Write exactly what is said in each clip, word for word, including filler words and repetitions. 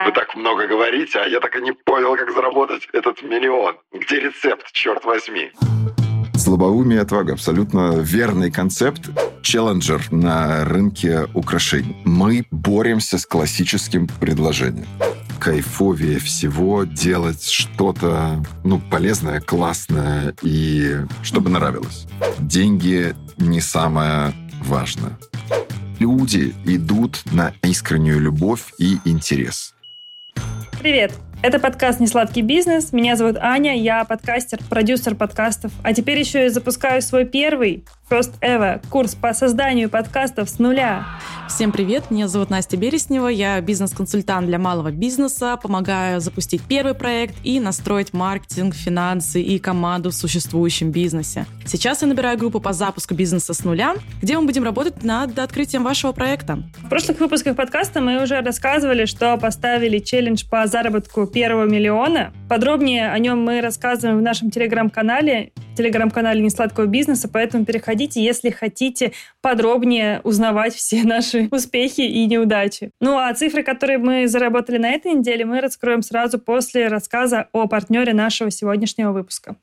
Вы так много говорите, а я так и не понял, как заработать этот миллион. Где рецепт, черт возьми? Слабоумие и отвага. Абсолютно верный концепт. Челленджер на рынке украшений. Мы боремся с классическим предложением. Кайфовее всего делать что-то ну, полезное, классное и чтобы нравилось. Деньги не самое важное. Люди идут на искреннюю любовь и интерес. Привет! Это подкаст «Несладкий бизнес». Меня зовут Аня, я подкастер, продюсер подкастов. А теперь еще и запускаю свой первый, first ever, курс по созданию подкастов с нуля. Всем привет, меня зовут Настя Береснева, я бизнес-консультант для малого бизнеса, помогаю запустить первый проект и настроить маркетинг, финансы и команду в существующем бизнесе. Сейчас я набираю группу по запуску бизнеса с нуля, где мы будем работать над открытием вашего проекта. В прошлых выпусках подкаста мы уже рассказывали, что поставили челлендж по заработку первого миллиона. Подробнее о нем мы рассказываем в нашем телеграм-канале, телеграм-канале «Несладкого бизнеса», поэтому переходите, если хотите подробнее узнавать все наши успехи и неудачи. Ну а цифры, которые мы заработали на этой неделе, мы раскроем сразу после рассказа о партнере нашего сегодняшнего выпуска.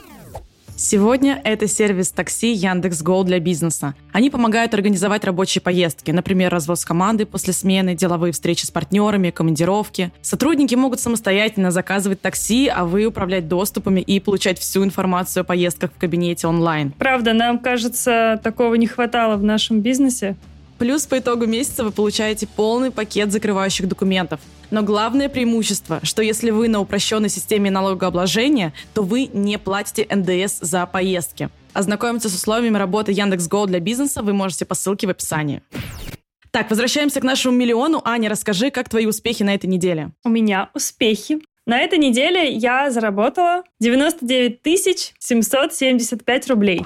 Сегодня это сервис такси Яндекс.Го для бизнеса. Они помогают организовать рабочие поездки, например, развоз команды после смены, деловые встречи с партнерами, командировки. Сотрудники могут самостоятельно заказывать такси, а вы управлять доступами и получать всю информацию о поездках в кабинете онлайн. Правда, нам кажется, такого не хватало в нашем бизнесе. Плюс по итогу месяца вы получаете полный пакет закрывающих документов. Но главное преимущество, что если вы на упрощенной системе налогообложения, то вы не платите эн дэ эс за поездки. Ознакомиться с условиями работы Яндекс.Го для бизнеса вы можете по ссылке в описании. Так, возвращаемся к нашему миллиону. Аня, расскажи, как твои успехи на этой неделе? У меня успехи. На этой неделе я заработала девяносто девять тысяч семьсот семьдесят пять рублей.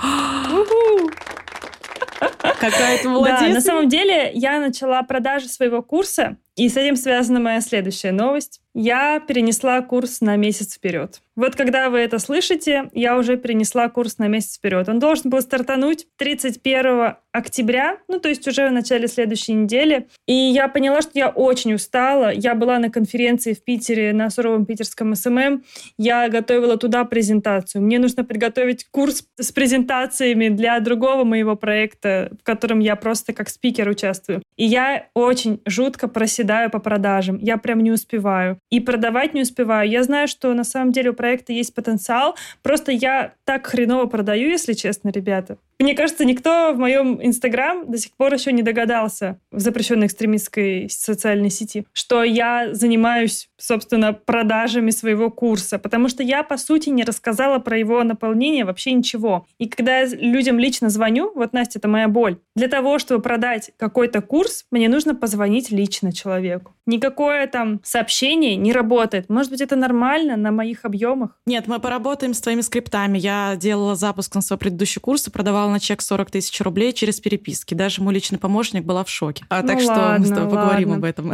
Какая ты молодец. Да, на самом деле я начала продажи своего курса, и с этим связана моя следующая новость. Я перенесла курс на месяц вперед. Вот когда вы это слышите, я уже перенесла курс на месяц вперед. Он должен был стартануть тридцать первого октября, ну то есть уже в начале следующей недели. И я поняла, что я очень устала. Я была на конференции в Питере на суровом питерском эс эм эм. Я готовила туда презентацию. Мне нужно подготовить курс с презентациями для другого моего проекта, в котором я просто как спикер участвую. И я очень жутко проседаю по продажам. Я прям не успеваю. И продавать не успеваю. Я знаю, что на самом деле у проекта есть потенциал. Просто я так хреново продаю, если честно, ребята. Мне кажется, никто в моем Инстаграм до сих пор еще не догадался в запрещенной экстремистской социальной сети, что я занимаюсь, собственно, продажами своего курса, потому что я, по сути, не рассказала про его наполнение вообще ничего. И когда я людям лично звоню, вот, Настя, это моя боль, для того, чтобы продать какой-то курс, мне нужно позвонить лично человеку. Никакое там сообщение не работает. Может быть, это нормально на моих объемах? Нет, мы поработаем с твоими скриптами. Я делала запуск на свой предыдущий курс и продавала на чек сорок тысяч рублей через переписки. Даже мой личный помощник была в шоке. А, ну так ладно, что мы с тобой ладно. поговорим об этом.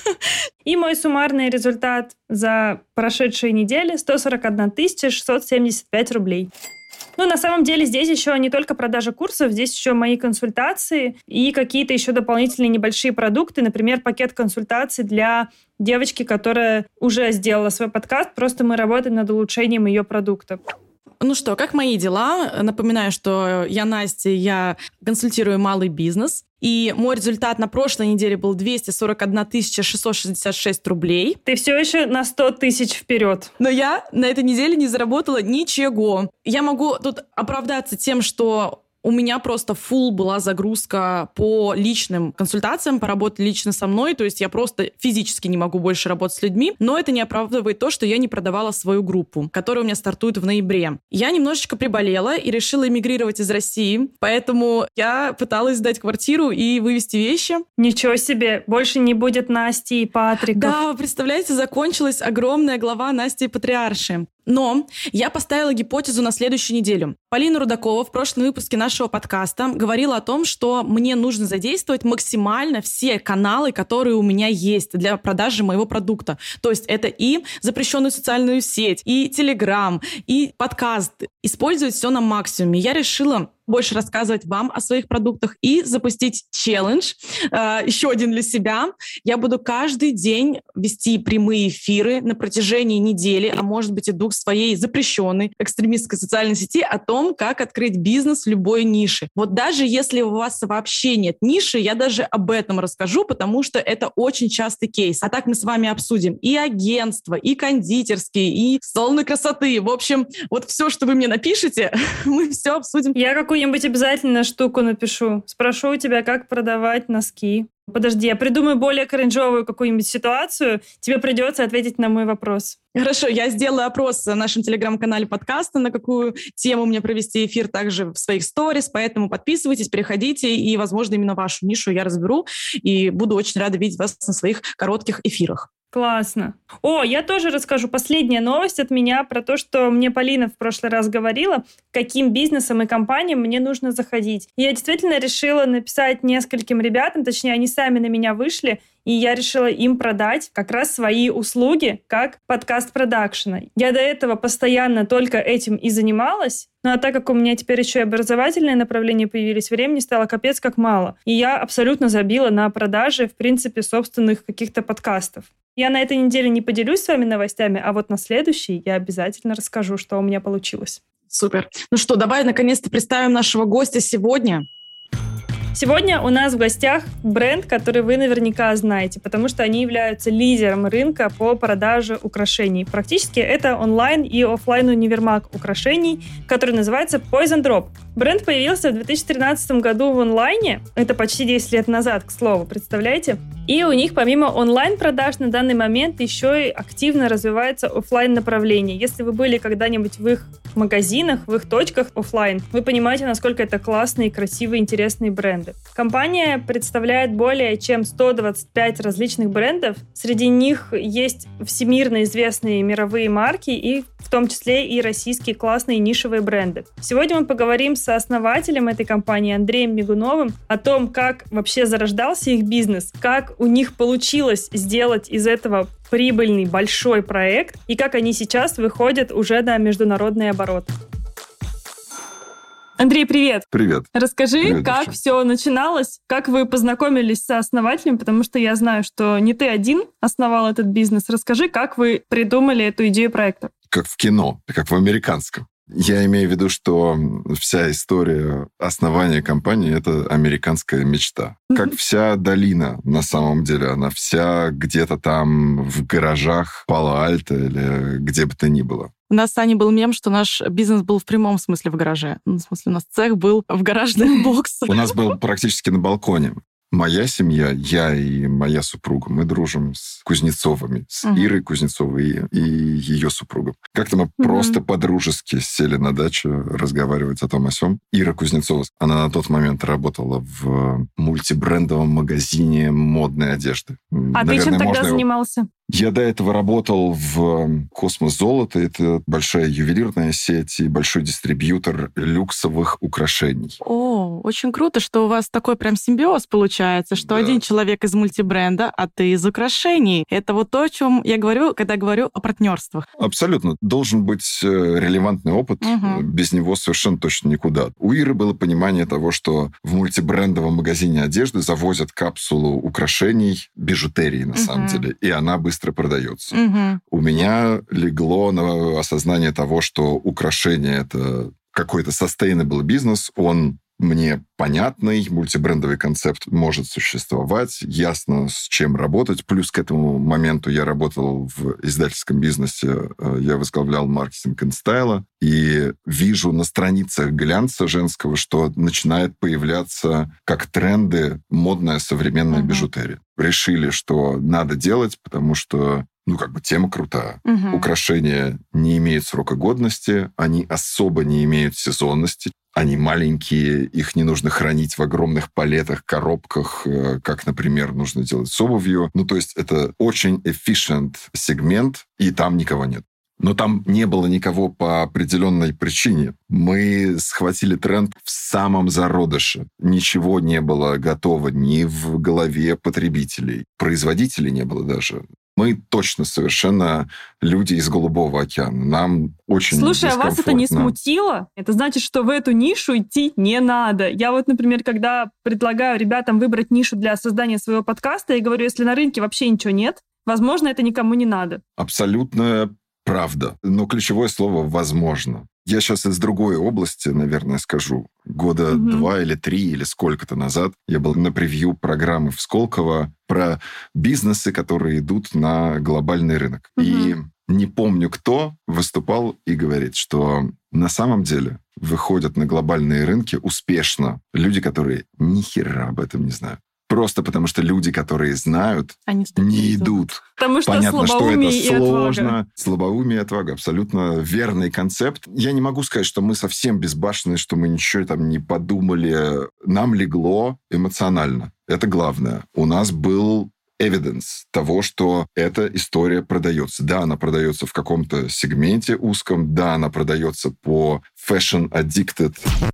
И мой суммарный результат за прошедшие недели сто сорок одна тысяча шестьсот семьдесят пять рублей. Ну, на самом деле, здесь еще не только продажа курсов, здесь еще мои консультации и какие-то еще дополнительные небольшие продукты, например, пакет консультаций для девочки, которая уже сделала свой подкаст, просто мы работаем над улучшением ее продукта. Ну что, как мои дела? Напоминаю, что я Настя, я консультирую малый бизнес. И мой результат на прошлой неделе был двести сорок одна тысяча шестьсот шестьдесят шесть рублей. Ты все еще на сто тысяч вперед. Но я на этой неделе не заработала ничего. Я могу тут оправдаться тем, что у меня просто фулл была загрузка по личным консультациям, поработать лично со мной, то есть я просто физически не могу больше работать с людьми, но это не оправдывает то, что я не продавала свою группу, которая у меня стартует в ноябре. Я немножечко приболела и решила эмигрировать из России, поэтому я пыталась сдать квартиру и вывести вещи. Ничего себе, больше не будет Насти и Патриков. Да, вы представляете, закончилась огромная глава Насти и Патриарши. Но я поставила гипотезу на следующую неделю. Полина Рудакова в прошлом выпуске нашего подкаста говорила о том, что мне нужно задействовать максимально все каналы, которые у меня есть для продажи моего продукта. То есть это и запрещенную социальную сеть, и Телеграм, и подкаст. Использовать все на максимуме. Я решила больше рассказывать вам о своих продуктах и запустить челлендж, э, еще один для себя. Я буду каждый день вести прямые эфиры на протяжении недели, а может быть, иду к своей запрещенной экстремистской социальной сети о том, как открыть бизнес в любой нише. Вот даже если у вас вообще нет ниши, я даже об этом расскажу, потому что это очень частый кейс. А так мы с вами обсудим и агентство, и кондитерские, и салоны красоты. В общем, вот все, что вы мне напишите, мы все обсудим. Я какую-нибудь обязательно штуку напишу. Спрошу у тебя, как продавать носки. Подожди, я придумаю более кринжовую какую-нибудь ситуацию. Тебе придется ответить на мой вопрос. Хорошо, я сделаю опрос в нашем телеграм-канале подкаста, на какую тему мне провести эфир, также в своих сторис, поэтому подписывайтесь, переходите, и, возможно, именно вашу нишу я разберу, и буду очень рада видеть вас на своих коротких эфирах. Классно. О, я тоже расскажу. Последняя новость от меня про то, что мне Полина в прошлый раз говорила, каким бизнесом и компаниям мне нужно заходить. И я действительно решила написать нескольким ребятам, точнее, они сами на меня вышли, и я решила им продать как раз свои услуги как подкаст продакшена. Я до этого постоянно только этим и занималась, ну а так как у меня теперь еще и образовательные направления появились, времени стало капец как мало. И я абсолютно забила на продажи, в принципе, собственных каких-то подкастов. Я на этой неделе не поделюсь с вами новостями, а вот на следующей я обязательно расскажу, что у меня получилось. Супер. Ну что, давай наконец-то представим нашего гостя сегодня. Сегодня у нас в гостях бренд, который вы наверняка знаете, потому что они являются лидером рынка по продаже украшений. Практически это онлайн и офлайн универмаг украшений, который называется Poison Drop. Бренд появился в две тысячи тринадцатом году в онлайне, это почти десять лет назад, к слову, представляете? И у них помимо онлайн-продаж на данный момент еще и активно развивается офлайн направление. Если вы были когда-нибудь в их магазинах, в их точках офлайн, вы понимаете, насколько это классные, красивые, интересные бренды. Компания представляет более чем сто двадцать пять различных брендов. Среди них есть всемирно известные мировые марки и в том числе и российские классные нишевые бренды. Сегодня мы поговорим с основателем этой компании Андреем Мигуновым о том, как вообще зарождался их бизнес, как у них получилось сделать из этого прибыльный большой проект и как они сейчас выходят уже на международный оборот. Андрей, привет! Привет! Расскажи, Привет, как девчонки. все начиналось, как вы познакомились со основателем, потому что я знаю, что не ты один основал этот бизнес. Расскажи, как вы придумали эту идею проекта. Как в кино, как в американском. Я имею в виду, что вся история основания компании — это американская мечта. Как вся долина, на самом деле. Она вся где-то там в гаражах Пало-Альто или где бы то ни было. У нас с Аней был мем, что наш бизнес был в прямом смысле в гараже. Ну, в смысле, у нас цех был в гаражных боксах. У нас был практически на балконе. Моя семья, я и моя супруга, мы дружим с Кузнецовыми, с uh-huh. Ирой Кузнецовой и, и ее супругом. Как-то мы uh-huh. просто по-дружески сели на дачу разговаривать о том о сём. Ира Кузнецова, она на тот момент работала в мультибрендовом магазине модной одежды. А Наверное, ты чем тогда можно его... занимался? Я до этого работал в «Космос Золото». Это большая ювелирная сеть и большой дистрибьютор люксовых украшений. О, очень круто, что у вас такой прям симбиоз получается, что да. один человек из мультибренда, а ты из украшений. Это вот то, о чем я говорю, когда говорю о партнерствах. Абсолютно. Должен быть релевантный опыт. Угу. Без него совершенно точно никуда. У Иры было понимание того, что в мультибрендовом магазине одежды завозят капсулу украшений, бижутерии, на угу. самом деле, и она быстро продается. Угу. У меня легло на осознание того, что украшение — это какой-то sustainable бизнес, он мне понятный, мультибрендовый концепт может существовать, ясно, с чем работать. Плюс к этому моменту я работал в издательском бизнесе, я возглавлял маркетинг инстайла, и вижу на страницах глянца женского, что начинает появляться как тренды модная современная uh-huh. бижутерия. Решили, что надо делать, потому что ну, как бы тема крутая. Uh-huh. Украшения не имеют срока годности, они особо не имеют сезонности. Они маленькие, их не нужно хранить в огромных палетах, коробках, как, например, нужно делать с обувью. Ну, то есть это очень efficient сегмент, и там никого нет. Но там не было никого по определенной причине. Мы схватили тренд в самом зародыше. Ничего не было готово ни в голове потребителей. Производителей не было даже. Мы точно совершенно люди из Голубого океана. Нам очень Слушай, а вас это не смутило? Это значит, что в эту нишу идти не надо. Я вот, например, когда предлагаю ребятам выбрать нишу для создания своего подкаста, я говорю, если на рынке вообще ничего нет, возможно, это никому не надо. Абсолютно правда. Но ключевое слово «возможно». Я сейчас из другой области, наверное, скажу. Года mm-hmm. два или три, или сколько-то назад я был на превью программы в Сколково про бизнесы, которые идут на глобальный рынок. Mm-hmm. И не помню, кто выступал и говорит, что на самом деле выходят на глобальные рынки успешно люди, которые ни хера об этом не знают. Просто потому что люди, которые знают, Они не идут. Потому что Понятно, что это и сложно. Отвага. Слабоумие и отвага. Абсолютно верный концепт. Я не могу сказать, что мы совсем безбашенные, что мы ничего там не подумали. Нам легло эмоционально. Это главное. У нас был evidence того, что эта история продается. Да, она продается в каком-то сегменте узком. Да, она продается по fashion addicted.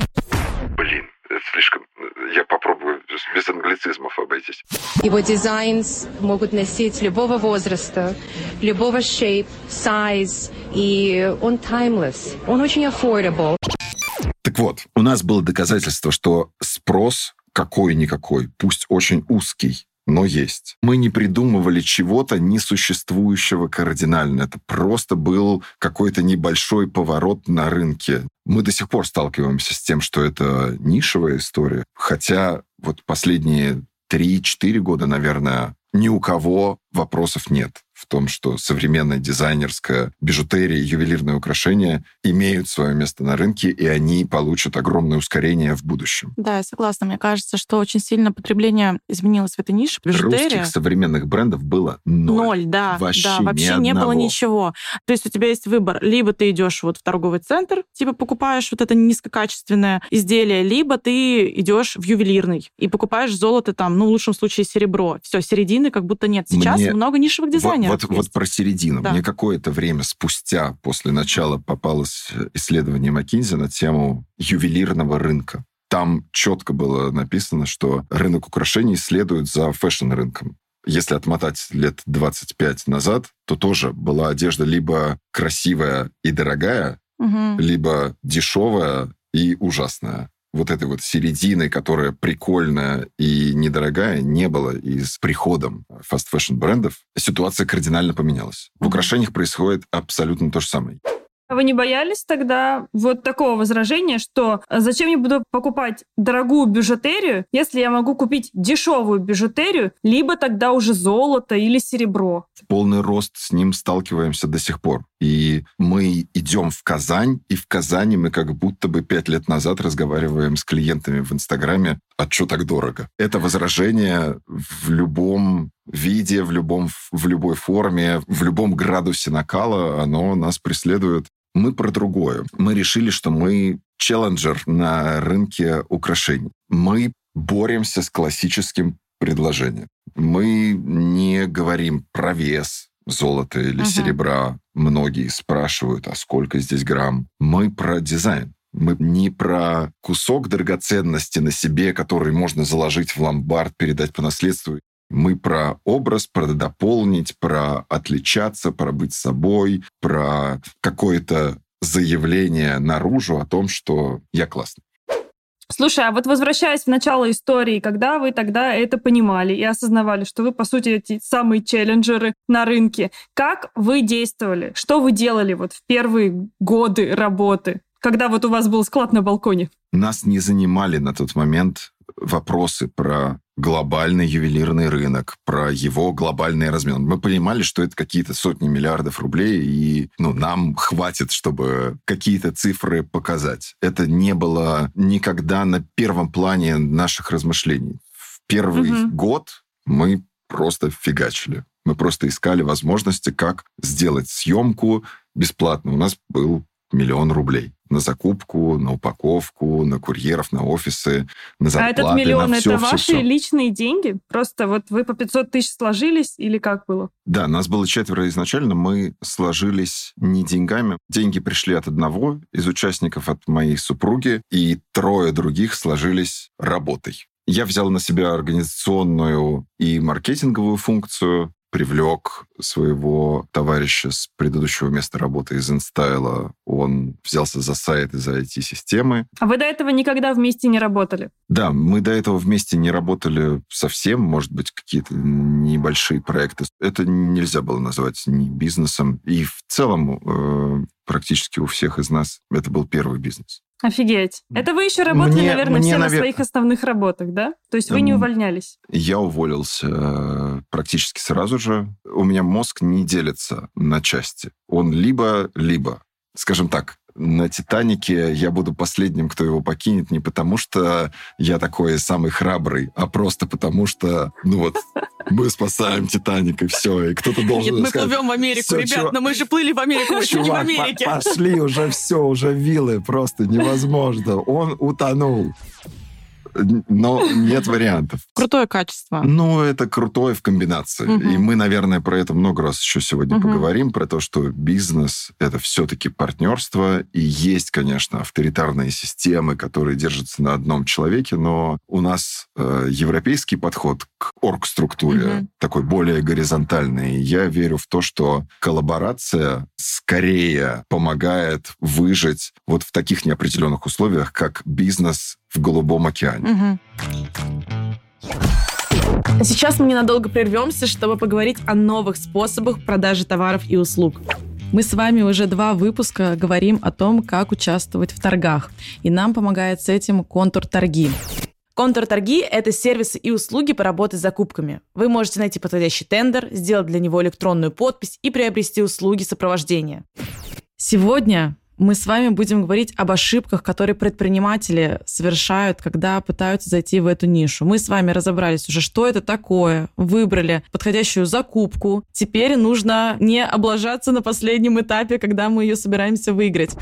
Блин, это слишком... Я попробую без англицизмов обойтись. Его дизайн могут носить любого возраста, любого shape, size, и он timeless. Он очень affordable. Так вот, у нас было доказательство, что спрос какой-никакой, пусть очень узкий, но есть. Мы не придумывали чего-то несуществующего кардинально. Это просто был какой-то небольшой поворот на рынке. Мы до сих пор сталкиваемся с тем, что это нишевая история. Хотя вот последние три-четыре года, наверное, ни у кого вопросов нет в том, что современная дизайнерская бижутерия и ювелирные украшения имеют свое место на рынке, и они получат огромное ускорение в будущем. Да, я согласна. Мне кажется, что очень сильно потребление изменилось в этой нише. Бижутерия. Русских современных брендов было ноль. Ноль, да. Вообще, да, вообще не было ничего. То есть у тебя есть выбор. Либо ты идешь вот в торговый центр, типа покупаешь вот это низкокачественное изделие, либо ты идешь в ювелирный и покупаешь золото там, ну, в лучшем случае серебро. Все, середины как будто нет. Сейчас Мне... много нишевых дизайнеров. Вот, вот, вот про середину. Да. Мне какое-то время спустя, после начала, попалось исследование McKinsey на тему ювелирного рынка. Там четко было написано, что рынок украшений следует за фэшн-рынком. Если отмотать лет двадцать пять назад, то тоже была одежда либо красивая и дорогая, угу. либо дешевая и ужасная. Вот этой вот середины, которая прикольная и недорогая, не было. И с приходом фаст-фэшн-брендов ситуация кардинально поменялась. В украшениях происходит абсолютно то же самое. А вы не боялись тогда вот такого возражения, что зачем я буду покупать дорогую бижутерию, если я могу купить дешевую бижутерию, либо тогда уже золото или серебро? Полный рост с ним сталкиваемся до сих пор. И мы идем в Казань, и в Казани мы как будто бы пять лет назад разговариваем с клиентами в Инстаграме, а что так дорого? Это возражение в любом виде, в, любом, в любой форме, в любом градусе накала, оно нас преследует. Мы про другое. Мы решили, что мы челленджер на рынке украшений. Мы боремся с классическим предложением. Мы не говорим про вес золота или uh-huh. серебра. Многие спрашивают, а сколько здесь грамм? Мы про дизайн. Мы не про кусок драгоценности на себе, который можно заложить в ломбард, передать по наследству. Мы про образ, про дополнить, про отличаться, про быть собой, про какое-то заявление наружу о том, что я классный. Слушай, а вот возвращаясь в начало истории, когда вы тогда это понимали и осознавали, что вы, по сути, эти самые челленджеры на рынке, как вы действовали? Что вы делали вот в первые годы работы, когда вот у вас был склад на балконе? Нас не занимали на тот момент вопросы про глобальный ювелирный рынок, про его глобальный размен. Мы понимали, что это какие-то сотни миллиардов рублей, и ну, нам хватит, чтобы какие-то цифры показать. Это не было никогда на первом плане наших размышлений. В первый угу. год мы просто фигачили. Мы просто искали возможности, как сделать съемку бесплатно. У нас был миллион рублей. на закупку, на упаковку, на курьеров, на офисы, на зарплаты, а этот миллион на все, это все, ваши все. личные деньги? Просто вот вы по пятьсот тысяч сложились или как было? Да, нас было четверо изначально, мы сложились не деньгами. Деньги пришли от одного из участников, от моей супруги, и трое других сложились работой. Я взял на себя организационную и маркетинговую функцию, привлек своего товарища с предыдущего места работы из InStyle. Он взялся за сайт и за ай ти-системы. А вы до этого никогда вместе не работали? Да, мы до этого вместе не работали совсем, может быть, какие-то небольшие проекты. Это нельзя было назвать ни бизнесом. И в целом э, практически у всех из нас это был первый бизнес. Офигеть. Это вы еще работали, мне, наверное, мне, все навер... на своих основных работах, да? То есть вы не увольнялись? Я уволился практически сразу же. У меня мозг не делится на части. Он либо-либо. Скажем так, на «Титанике» я буду последним, кто его покинет, не потому что я такой самый храбрый, а просто потому что, ну вот, мы спасаем «Титаник», и все, и кто-то должен Нет, мы сказать... плывем в Америку, ребят, чувак, но мы же плыли в Америку, мы еще не в Америке. Пошли, уже все, уже виллы, просто невозможно. Он утонул. Но нет вариантов. Крутое качество. Ну, это крутое в комбинации. Угу. И мы, наверное, про это много раз еще сегодня угу. поговорим, про то, что бизнес — это все-таки партнерство. И есть, конечно, авторитарные системы, которые держатся на одном человеке, но у нас э, европейский подход к оргструктуре угу. такой более горизонтальный. Я верю в то, что коллаборация скорее помогает выжить вот в таких неопределенных условиях, как бизнес в Голубом океане. Угу. Сейчас мы ненадолго прервемся, чтобы поговорить о новых способах продажи товаров и услуг. Мы с вами уже два выпуска говорим о том, как участвовать в торгах. И нам помогает с этим Контур-торги. Контур-торги – это сервисы и услуги по работе с закупками. Вы можете найти подходящий тендер, сделать для него электронную подпись и приобрести услуги сопровождения. Сегодня мы с вами будем говорить об ошибках, которые предприниматели совершают, когда пытаются зайти в эту нишу. Мы с вами разобрались уже, что это такое, выбрали подходящую закупку. Теперь нужно не облажаться на последнем этапе, когда мы ее собираемся выиграть.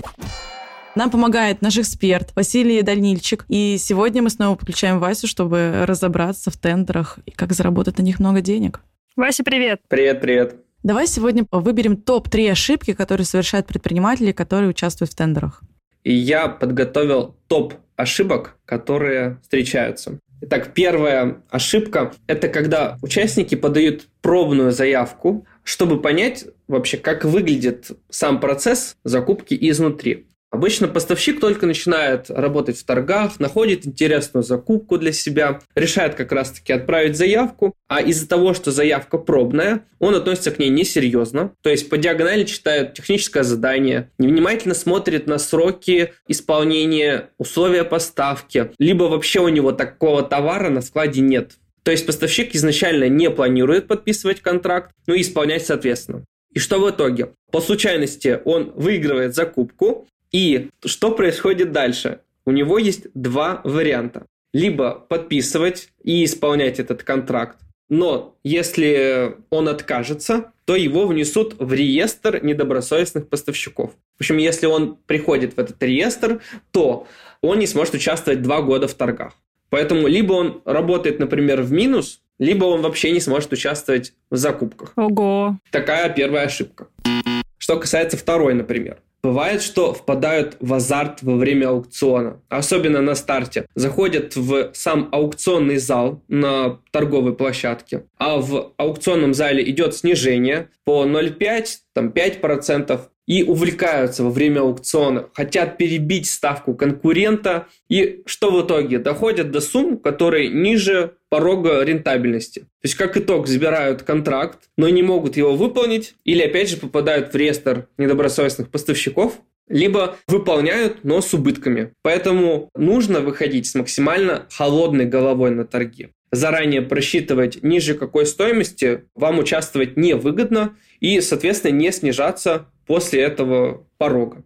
Нам помогает наш эксперт Василий Дальнильчик. И сегодня мы снова подключаем Васю, чтобы разобраться в тендерах и как заработать на них много денег. Вася, привет! Привет, привет! Давай сегодня выберем топ три ошибки, которые совершают предприниматели, которые участвуют в тендерах. И я подготовил топ ошибок, которые встречаются. Итак, первая ошибка – это когда участники подают пробную заявку, чтобы понять вообще, как выглядит сам процесс закупки изнутри. Обычно поставщик только начинает работать в торгах, находит интересную закупку для себя, решает как раз-таки отправить заявку, а из-за того, что заявка пробная, он относится к ней несерьезно, то есть по диагонали читает техническое задание, невнимательно смотрит на сроки исполнения, условия поставки, либо вообще у него такого товара на складе нет. То есть поставщик изначально не планирует подписывать контракт, ну и исполнять соответственно. И что в итоге? По случайности он выигрывает закупку. И что происходит дальше? У него есть два варианта. Либо подписывать и исполнять этот контракт, но если он откажется, то его внесут в реестр недобросовестных поставщиков. В общем, если он приходит в этот реестр, то он не сможет участвовать два года в торгах. Поэтому либо он работает, например, в минус, либо он вообще не сможет участвовать в закупках. Ого! Такая первая ошибка. Что касается второй, например. Бывает, что впадают в азарт во время аукциона, особенно на старте. Заходят в сам аукционный зал на торговой площадке, а в аукционном зале идет снижение по ноль целых пять десятых, там пять процентов, и увлекаются во время аукциона, хотят перебить ставку конкурента, и что в итоге? Доходят до сумм, которые ниже порога рентабельности. То есть, как итог, забирают контракт, но не могут его выполнить, или опять же попадают в реестр недобросовестных поставщиков, либо выполняют, но с убытками. Поэтому нужно выходить с максимально холодной головой на торги. Заранее просчитывать, ниже какой стоимости вам участвовать невыгодно, и, соответственно, не снижаться после этого порога.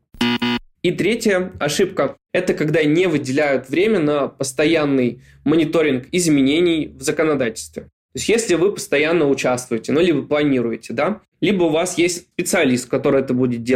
И третья ошибка – это когда не выделяют время на постоянный мониторинг изменений в законодательстве. То есть, если вы постоянно участвуете, ну, либо планируете, да, либо у вас есть специалист, который это будет делать,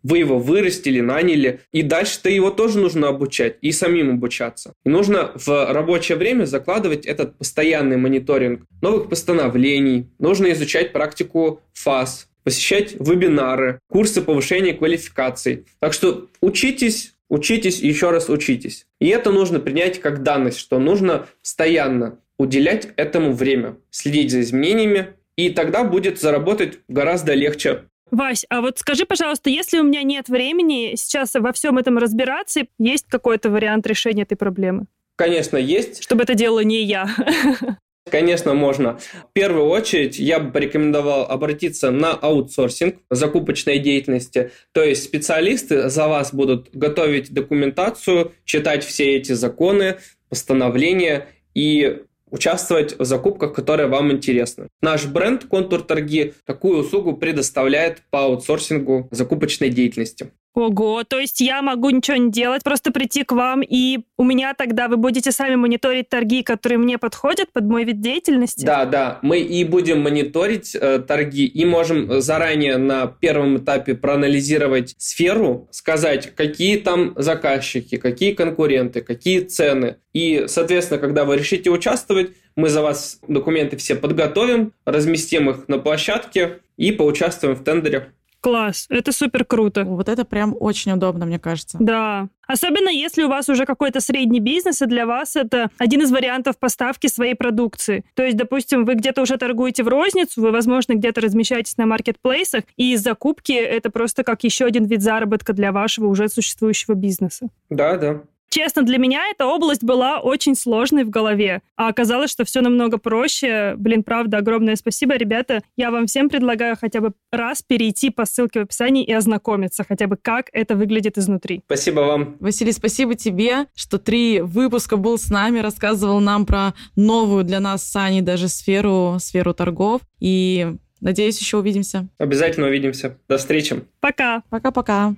вы его вырастили, наняли, и дальше-то его тоже нужно обучать, и самим обучаться. И нужно в рабочее время закладывать этот постоянный мониторинг новых постановлений, нужно изучать практику ФАС, посещать вебинары, курсы повышения квалификаций. Так что учитесь, учитесь и еще раз учитесь. И это нужно принять как данность, что нужно постоянно уделять этому время, следить за изменениями, и тогда будет заработать гораздо легче. Вась, а вот скажи, пожалуйста, если у меня нет времени сейчас во всем этом разбираться, есть какой-то вариант решения этой проблемы? Конечно, есть. Чтобы это делала не я. Конечно, можно. В первую очередь я бы порекомендовал обратиться на аутсорсинг закупочной деятельности. То есть специалисты за вас будут готовить документацию, читать все эти законы, постановления и участвовать в закупках, которые вам интересны. Наш бренд «Контур Торги» такую услугу предоставляет по аутсорсингу закупочной деятельности. Ого, то есть я могу ничего не делать, просто прийти к вам, и у меня тогда вы будете сами мониторить торги, которые мне подходят под мой вид деятельности? Да, да, мы и будем мониторить э, торги, и можем заранее на первом этапе проанализировать сферу, сказать, какие там заказчики, какие конкуренты, какие цены. И, соответственно, когда вы решите участвовать, мы за вас документы все подготовим, разместим их на площадке и поучаствуем в тендере. Класс, это супер круто. Вот это прям очень удобно, мне кажется. Да. Особенно если у вас уже какой-то средний бизнес, и для вас это один из вариантов поставки своей продукции. То есть, допустим, вы где-то уже торгуете в розницу, вы, возможно, где-то размещаетесь на маркетплейсах, и закупки — это просто как еще один вид заработка для вашего уже существующего бизнеса. Да, да. Честно, для меня эта область была очень сложной в голове, а оказалось, что все намного проще. Блин, правда, огромное спасибо, ребята. Я вам всем предлагаю хотя бы раз перейти по ссылке в описании и ознакомиться хотя бы, как это выглядит изнутри. Спасибо вам. Василий, спасибо тебе, что три выпуска был с нами, рассказывал нам про новую для нас с Аней даже сферу, сферу торгов. И надеюсь, еще увидимся. Обязательно увидимся. До встречи. Пока. Пока-пока.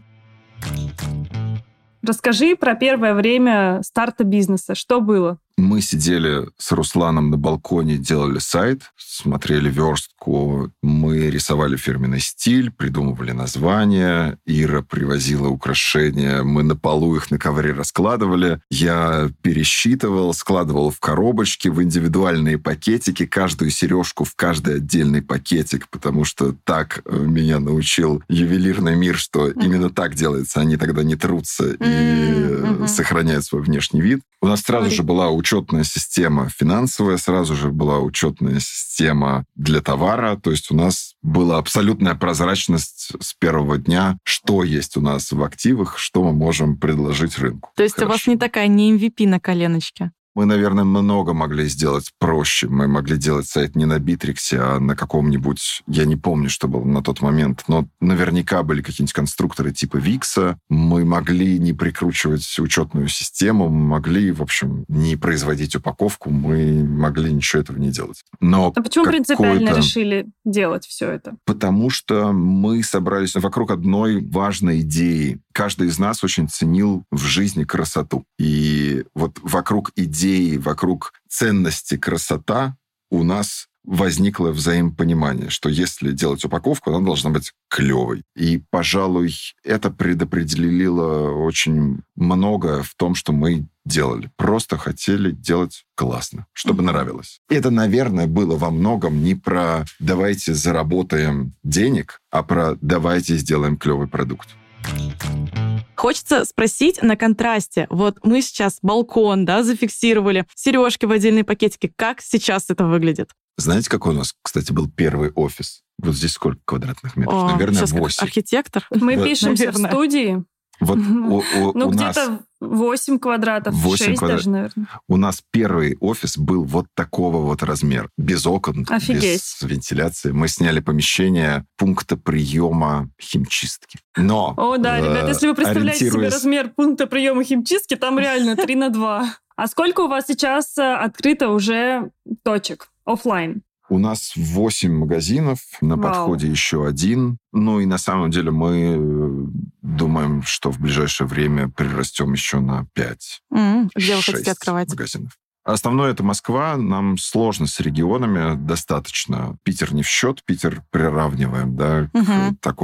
Расскажи про первое время старта бизнеса. Что было? Мы сидели с Русланом на балконе, делали сайт, смотрели верстку, мы рисовали фирменный стиль, придумывали названия, Ира привозила украшения, мы на полу их на ковре раскладывали, я пересчитывал, складывал в коробочки, в индивидуальные пакетики, каждую сережку в каждый отдельный пакетик, потому что так меня научил ювелирный мир, что именно так делается, они тогда не трутся и mm-hmm. сохраняют свой внешний вид. У нас сразу же была учетная система финансовая, сразу же была учетная система для товара. То есть у нас была абсолютная прозрачность с первого дня, что есть у нас в активах, что мы можем предложить рынку. То есть Хорошо. У вас не такая не эм ви пи на коленочке? Мы, наверное, много могли сделать проще. Мы могли делать сайт не на Битриксе, а на каком-нибудь... Я не помню, что было на тот момент, но наверняка были какие-нибудь конструкторы типа Викса. Мы могли не прикручивать учетную систему, мы могли, в общем, не производить упаковку, мы могли ничего этого не делать. Но а почему принципиально решили делать все это? Потому что мы собрались вокруг одной важной идеи. Каждый из нас очень ценил в жизни красоту. И вот вокруг идеи, вокруг ценности красота у нас возникло взаимопонимание, что если делать упаковку, она должна быть клевой. И, пожалуй, это предопределило очень многое в том, что мы делали. Просто хотели делать классно, чтобы mm-hmm. нравилось. Это, наверное, было во многом не про «давайте заработаем денег», а про «давайте сделаем клевый продукт». Хочется спросить на контрасте. Вот мы сейчас балкон, да, зафиксировали, сережки в отдельные пакетики. Как сейчас это выглядит? Знаете, какой у нас, кстати, был первый офис? Вот здесь сколько квадратных метров? О, наверное, восемь. Архитектор? Мы пишемся в студии. Вот у, у, ну, у где-то нас... восемь квадратов, шесть квадрат... даже, наверное. У нас первый офис был вот такого вот размера. Без окон, Офигеть. Без вентиляции. Мы сняли помещение пункта приема химчистки. Но... О, да, ребят, если вы представляете ориентируясь... себе размер пункта приема химчистки, там реально три на два. А сколько у вас сейчас открыто уже точек офлайн? У нас восемь магазинов, на Вау. подходе еще один. Ну и на самом деле мы думаем, что в ближайшее время прирастем еще на пять, mm-hmm. Где вы шесть хотите открывать? Магазинов. Основное это Москва. Нам сложно с регионами достаточно. Питер не в счет, Питер приравниваем, да, mm-hmm. к такому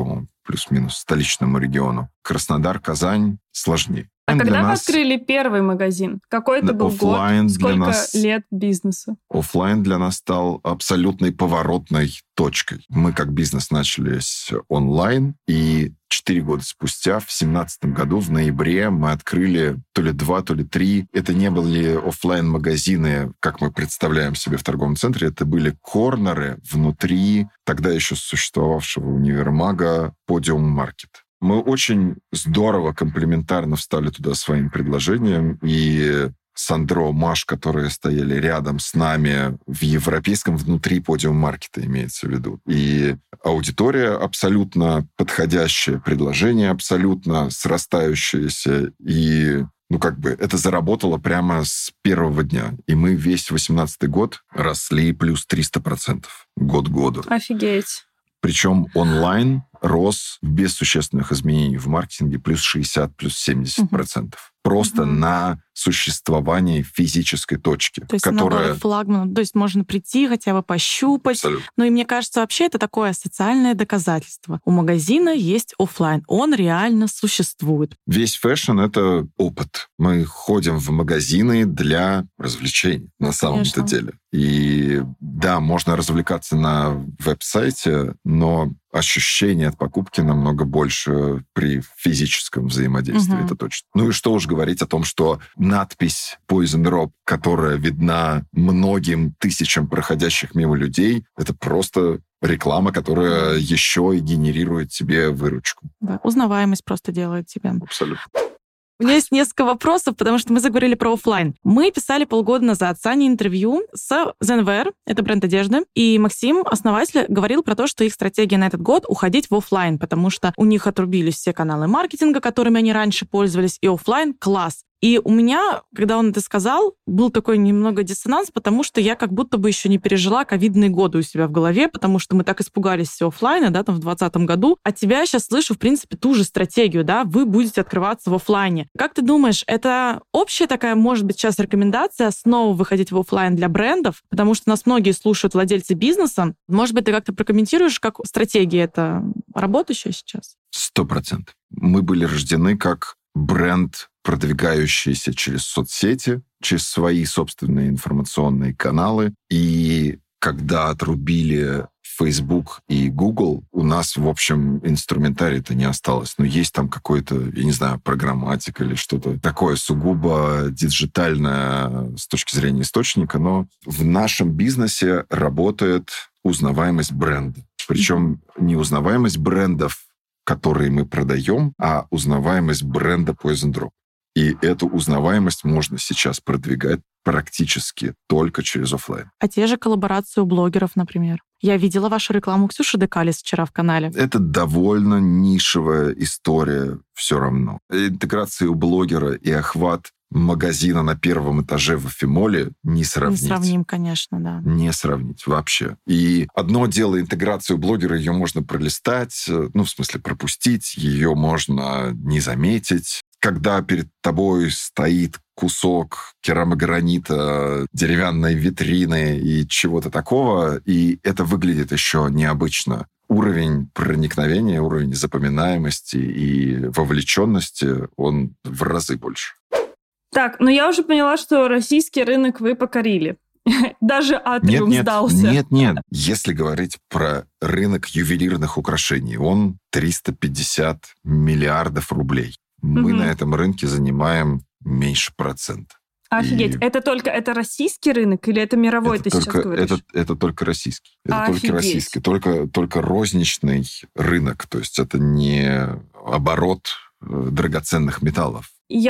плюс-минус столичному региону. Краснодар, Казань сложнее. А Для когда вы нас открыли первый магазин? Какой это был оффлайн год? для Сколько нас- лет бизнесу? Оффлайн для нас стал абсолютной поворотной точкой. Мы как бизнес начались онлайн, и четыре года спустя, в семнадцатом году, в ноябре, мы открыли то ли два, то ли три. Это не были оффлайн-магазины, как мы представляем себе в торговом центре. Это были корнеры внутри тогда еще существовавшего универмага Podium Market. Мы очень здорово, комплементарно встали туда своим предложением, и Сандро, Маш, которые стояли рядом с нами в европейском внутри подиум-маркета, имеется в виду. И аудитория абсолютно подходящее, предложение абсолютно срастающееся, и ну, как бы это заработало прямо с первого дня. И мы весь восемнадцатый год росли плюс триста процентов год к году. Офигеть. Причем онлайн рос без существенных изменений в маркетинге плюс шестьдесят, плюс семьдесят процентов. Просто Мгм. на существование физической точки, То есть которая... набор флагманов, то есть можно прийти, хотя бы пощупать. Абсолютно. Ну и мне кажется, вообще это такое социальное доказательство. У магазина есть оффлайн, он реально существует. Весь фэшн — это опыт. Мы ходим в магазины для развлечений, Ну, на самом-то конечно. деле. И да, можно развлекаться на веб-сайте, но ощущение от покупки намного больше при физическом взаимодействии, Мгм. это точно. Ну и что уж говорить о том, что надпись Poison Drop, которая видна многим тысячам проходящих мимо людей, это просто реклама, которая еще и генерирует себе выручку. Да, узнаваемость просто делает тебя. Абсолютно. У меня есть несколько вопросов, потому что мы заговорили про оффлайн. Мы писали полгода назад с Аней интервью с Zenwear, это бренд одежды, и Максим, основатель, говорил про то, что их стратегия на этот год — уходить в оффлайн, потому что у них отрубились все каналы маркетинга, которыми они раньше пользовались, и оффлайн — класс. И у меня, когда он это сказал, был такой немного диссонанс, потому что я как будто бы еще не пережила ковидные годы у себя в голове, потому что мы так испугались все оффлайна, да, там в двадцатом году. А тебя сейчас слышу, в принципе, ту же стратегию, да, вы будете открываться в оффлайне. Как ты думаешь, это общая такая, может быть, сейчас рекомендация снова выходить в оффлайн для брендов? Потому что нас многие слушают владельцы бизнеса. Может быть, ты как-то прокомментируешь, как стратегия это работающая сейчас? Сто процентов. Мы были рождены как бренд, продвигающийся через соцсети, через свои собственные информационные каналы. И когда отрубили Facebook и Google, у нас, в общем, инструментария-то не осталось. Но есть там какой-то, я не знаю, программатик или что-то такое сугубо диджитальное с точки зрения источника. Но в нашем бизнесе работает узнаваемость бренда. Причем не узнаваемость брендов, которые мы продаем, а узнаваемость бренда Poison Drop. И эту узнаваемость можно сейчас продвигать практически только через оффлайн. А те же коллаборации у блогеров, например. Я видела вашу рекламу Ксюши Декалис вчера в канале. Это довольно нишевая история все равно. Интеграция у блогера и охват магазина на первом этаже в Эфимоле не сравнить. Не сравним, конечно, да. Не сравнить вообще. И одно дело интеграцию блогера, ее можно пролистать, ну, в смысле пропустить, ее можно не заметить. Когда перед тобой стоит кусок керамогранита, деревянной витрины и чего-то такого, и это выглядит еще необычно. Уровень проникновения, уровень запоминаемости и вовлеченности, он в разы больше. Так, ну я уже поняла, что российский рынок вы покорили. Даже Атриум Нет, нет, сдался. нет, нет. Если говорить про рынок ювелирных украшений, он триста пятьдесят миллиардов рублей. Мы Мгм. на этом рынке занимаем меньше процента. Офигеть. И- Это только это российский рынок или это мировой, это ты только, сейчас говоришь? это, это только российский. Это Офигеть. только российский. Только, только розничный рынок. То есть это не оборот э, драгоценных металлов.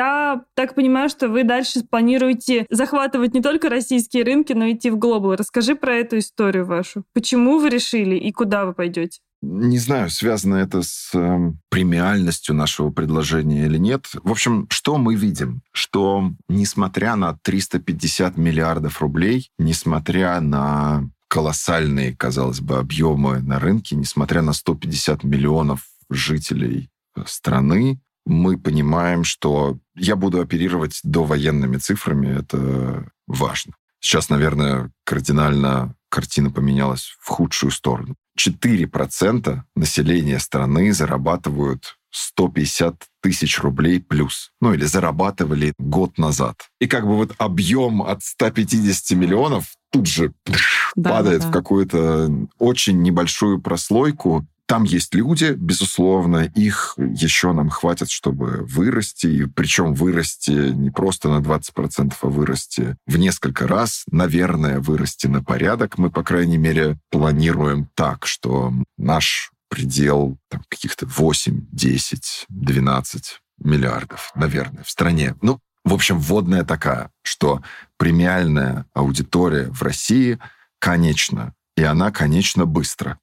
Я так понимаю, что вы дальше планируете захватывать не только российские рынки, но и идти в глобал. Расскажи про эту историю вашу. Почему вы решили и куда вы пойдете? Не знаю, связано это с э, премиальностью нашего предложения или нет. В общем, что мы видим? Что несмотря на триста пятьдесят миллиардов рублей, несмотря на колоссальные, казалось бы, объемы на рынке, несмотря на сто пятьдесят миллионов жителей страны, мы понимаем, что я буду оперировать довоенными цифрами, это важно. Сейчас, наверное, кардинально картина поменялась в худшую сторону. четыре процента населения страны зарабатывают сто пятьдесят тысяч рублей плюс. Ну, или зарабатывали год назад. И как бы вот объем от ста пятидесяти миллионов тут же да, падает да, да. в какую-то очень небольшую прослойку. Там есть люди, безусловно, их еще нам хватит, чтобы вырасти, и причем вырасти не просто на двадцать процентов, а вырасти в несколько раз, наверное, вырасти на порядок. Мы, по крайней мере, планируем так, что наш предел там, каких-то восемь, десять, двенадцать миллиардов, наверное, в стране. Ну, в общем, вводная такая, что премиальная аудитория в России конечна, и она конечна быстро.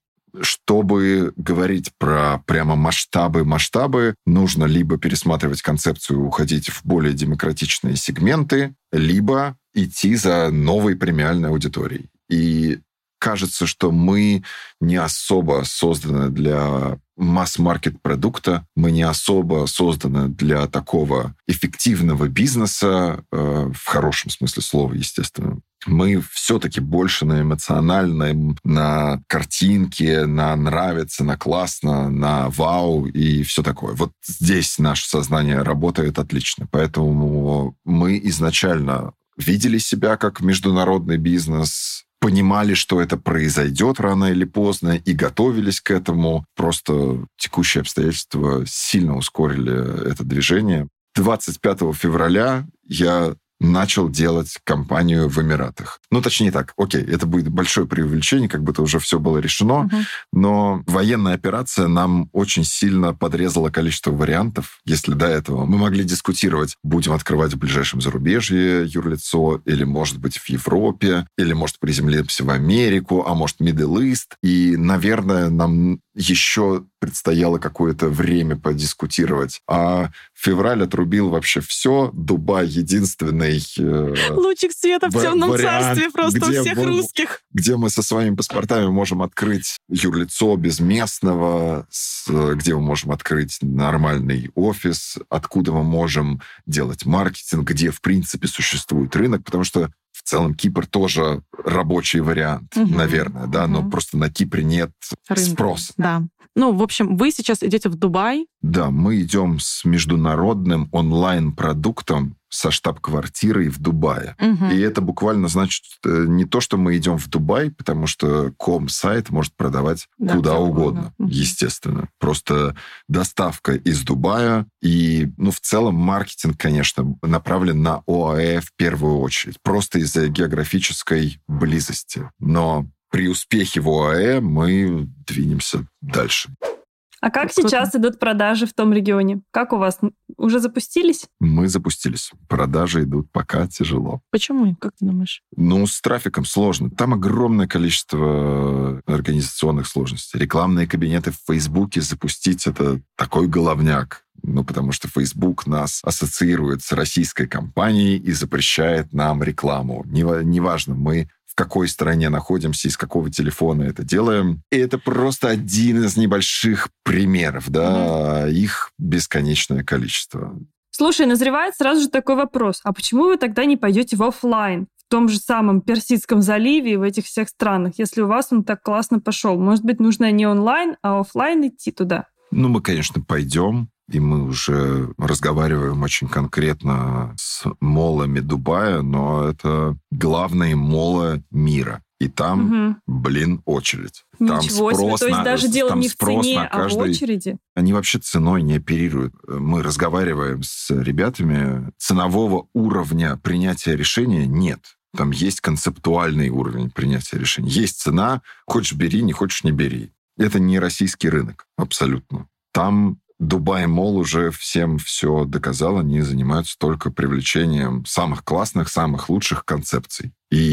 Чтобы говорить про прямо масштабы-масштабы, нужно либо пересматривать концепцию, уходить в более демократичные сегменты, либо идти за новой премиальной аудиторией. И кажется, что мы не особо созданы для масс-маркет продукта, мы не особо созданы для такого эффективного бизнеса, э, в хорошем смысле слова, естественно. Мы все-таки больше на эмоциональном, на картинке, на нравится, на классно, на вау и все такое. Вот здесь наше сознание работает отлично. Поэтому мы изначально видели себя как международный бизнес, понимали, что это произойдет рано или поздно, и готовились к этому. Просто текущие обстоятельства сильно ускорили это движение. двадцать пятого февраля я начал делать кампанию в Эмиратах. Ну, точнее так, окей, это будет большое преувеличение, как будто уже все было решено, uh-huh. но военная операция нам очень сильно подрезала количество вариантов. Если до этого мы могли дискутировать, будем открывать в ближайшем зарубежье юрлицо, или, может быть, в Европе, или, может, приземлимся в Америку, а может, Middle East. И, наверное, нам еще предстояло какое-то время подискутировать. А февраль отрубил вообще все. Дубай единственный... Э, лучик света в темном вариант, царстве просто у всех мы, русских. Где мы со своими паспортами можем открыть юрлицо без местного, с, где мы можем открыть нормальный офис, откуда мы можем делать маркетинг, где, в принципе, существует рынок, потому что в целом Кипр тоже рабочий вариант, угу. наверное, да, угу. но просто на Кипре нет рынка. Спроса. Да. Ну, в общем, вы сейчас идете в Дубай. Да, мы идем с международным онлайн-продуктом со штаб-квартирой в Дубае. Угу. И это буквально значит не то, что мы идем в Дубай, потому что ком-сайт может продавать да, куда угодно, угодно, естественно. Просто доставка из Дубая. И, ну, в целом маркетинг, конечно, направлен на ОАЭ в первую очередь. Просто из-за географической близости. Но при успехе в ОАЭ мы двинемся дальше. А как сейчас идут продажи в том регионе? Как у вас? Уже запустились? Мы запустились. Продажи идут пока тяжело. Почему? Как ты думаешь? Ну, с трафиком сложно. Там огромное количество организационных сложностей. Рекламные кабинеты в Фейсбуке запустить — это такой головняк. Ну, потому что Facebook нас ассоциирует с российской компанией и запрещает нам рекламу. Неважно, мы в какой стране находимся, из какого телефона это делаем. И это просто один из небольших примеров, да, mm-hmm. их бесконечное количество. Слушай, назревает сразу же такой вопрос. А почему вы тогда не пойдете в офлайн? В том же самом Персидском заливе и в этих всех странах, если у вас он так классно пошел? Может быть, нужно не онлайн, а офлайн идти туда? Ну, мы, конечно, пойдем. И мы уже разговариваем очень конкретно с молами Дубая, но это главные молы мира. И там, угу. блин, очередь. Там Ничего себе, то есть на, даже дело не в цене, а в очереди? Они вообще ценой не оперируют. Мы разговариваем с ребятами. Ценового уровня принятия решения нет. Там есть концептуальный уровень принятия решений. Есть цена, хочешь бери, не хочешь не бери. Это не российский рынок, абсолютно. Там Дубай Молл уже всем все доказал. Они занимаются только привлечением самых классных, самых лучших концепций.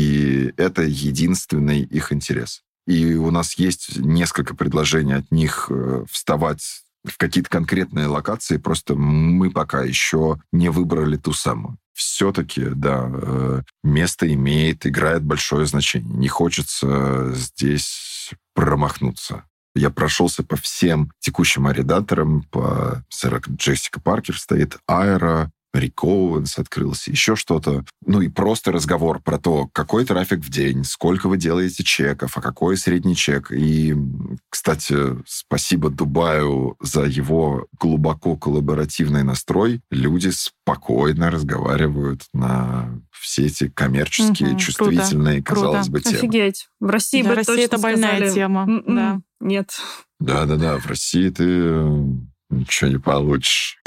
И это единственный их интерес. И у нас есть несколько предложений от них вставать в какие-то конкретные локации, просто мы пока еще не выбрали ту самую. Все-таки, да, место имеет, играет большое значение. Не хочется здесь промахнуться. Я прошелся по всем текущим арендаторам, по сэр Джессика Паркер стоит, Аэро, Рик Оуэнс открылся, еще что-то. Ну и просто разговор про то, какой трафик в день, сколько вы делаете чеков, а какой средний чек. И, кстати, спасибо Дубаю за его глубоко коллаборативный настрой. Люди спокойно разговаривают на все эти коммерческие, угу, чувствительные, круто, казалось круто. бы, темы. Офигеть. В России да, бы Россия точно это больная сказали, тема. М-м, да. Нет. Да-да-да, в России ты ничего не получишь.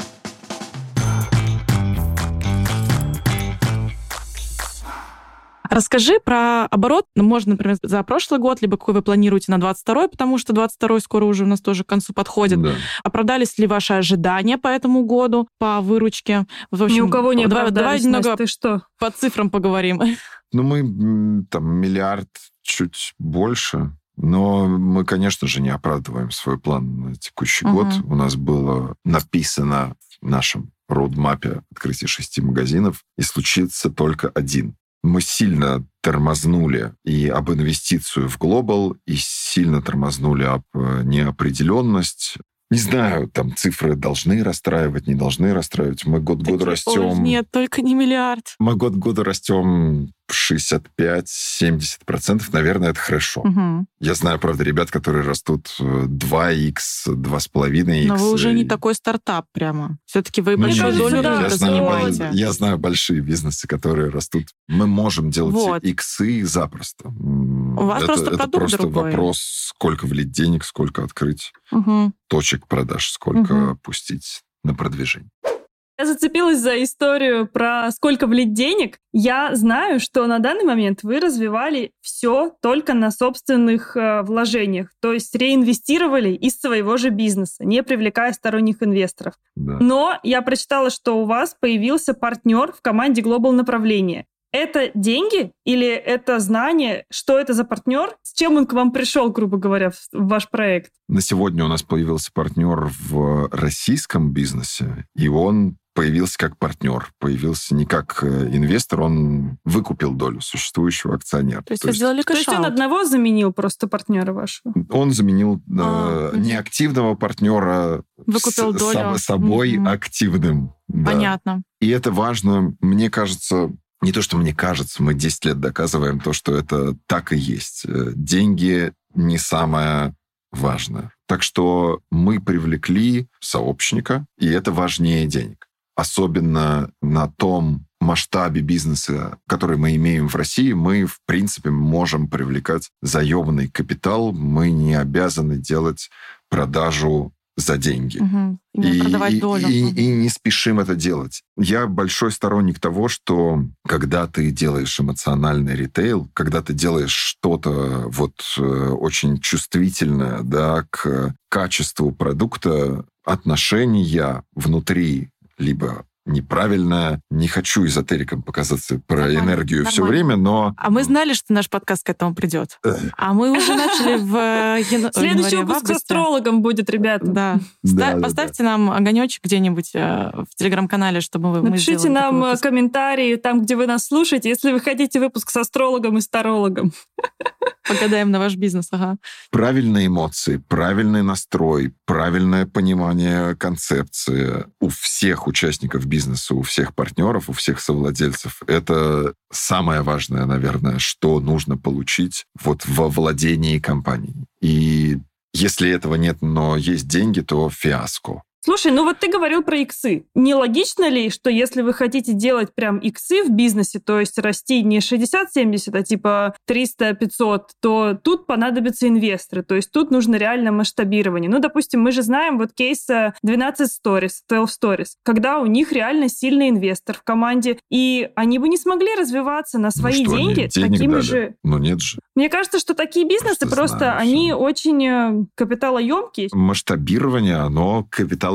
Расскажи про оборот. Ну, можно, например, за прошлый год, либо какой вы планируете на двадцать второй, потому что двадцать второй скоро уже у нас тоже к концу подходит. Да. Оправдались ли ваши ожидания по этому году, по выручке? В общем, ни у кого не давай, оправдались, давай немного Настя, ты что? по цифрам поговорим. Ну, мы там миллиард чуть больше. Но мы, конечно же, не оправдываем свой план на текущий uh-huh. год. У нас было написано в нашем роудмапе открытие шести магазинов, и случится только один. Мы сильно тормознули и об инвестицию в глобал, и сильно тормознули об неопределенность. Не знаю, там цифры должны расстраивать, не должны расстраивать. Мы год к году растем... Ой, нет, только не миллиард. Мы год к году растем шестьдесят пять - семьдесят процентов. Наверное, это хорошо. Угу. Я знаю, правда, ребят, которые растут два икс, два с половиной икс. Но вы уже не такой стартап прямо. Все-таки вы большую долю рынка занимаете. Я знаю большие бизнесы, которые растут. Мы можем делать вот. иксы запросто. У вас это, просто это продукт просто другой. Вопрос, сколько влить денег, сколько открыть угу. точек продаж, сколько угу. пустить на продвижение. Я зацепилась за историю про сколько влить денег. Я знаю, что на данный момент вы развивали все только на собственных э, вложениях, то есть реинвестировали из своего же бизнеса, не привлекая сторонних инвесторов. Да. Но я прочитала, что у вас появился партнер в команде Global направления. Это деньги или это знание? Что это за партнер? С чем он к вам пришел, грубо говоря, в ваш проект? На сегодня у нас появился партнер в российском бизнесе, и он появился как партнер, появился не как инвестор, он выкупил долю существующего акционера. То есть вы сделали кэш-аут. То есть он одного заменил просто партнера вашего? Он заменил а, э, неактивного партнера выкупил с, долю. Сам, собой mm-hmm. активным. Понятно. Да. И это важно, мне кажется... Не то, что мне кажется, мы десять лет доказываем то, что это так и есть. Деньги не самое важное. Так что мы привлекли сообщника, и это важнее денег. Особенно на том масштабе бизнеса, который мы имеем в России, мы, в принципе, можем привлекать заемный капитал. Мы не обязаны делать продажу за деньги. Угу. И, продавать долю. И, угу. и не спешим это делать. Я большой сторонник того, что когда ты делаешь эмоциональный ритейл, когда ты делаешь что-то вот очень чувствительное, да, к качеству продукта, отношения внутри либо неправильное. Не хочу эзотериком показаться про нормально, энергию нормально. Все время, но... А мы знали, что наш подкаст к этому придет. А мы уже начали в январе. Следующий выпуск с астрологом будет, ребята. Да. да Поставьте да, да. нам огонечек где-нибудь в телеграм-канале, чтобы вы Напишите нам комментарии там, где вы нас слушаете, если вы хотите выпуск с астрологом и старологом. Погадаем на ваш бизнес, ага. Правильные эмоции, правильный настрой, правильное понимание концепции у всех участников бизнеса, у всех партнеров, у всех совладельцев. Это самое важное, наверное, что нужно получить вот во владении компанией. И если этого нет, но есть деньги, то фиаско. Слушай, ну вот ты говорил про иксы. Не логично ли, что если вы хотите делать прям иксы в бизнесе, то есть расти не шестьдесят-семьдесят, а типа триста-пятьсот, то тут понадобятся инвесторы, то есть тут нужно реально масштабирование. Ну, допустим, мы же знаем вот кейс двенадцать Stories, двенадцать Stories, когда у них реально сильный инвестор в команде, и они бы не смогли развиваться на свои ну что, деньги они такими дали? же... Ну нет же. Мне кажется, что такие бизнесы просто, просто знаю, они что... очень капиталоемкие. Масштабирование, оно капиталоемкое.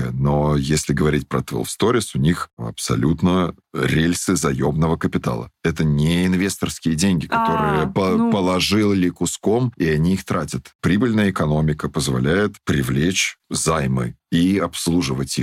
Но если говорить про двенадцать Stories, у них абсолютно рельсы заемного капитала. Это не инвесторские деньги, которые а, по- ну... положили куском, и они их тратят. Прибыльная экономика позволяет привлечь займы и обслуживать их.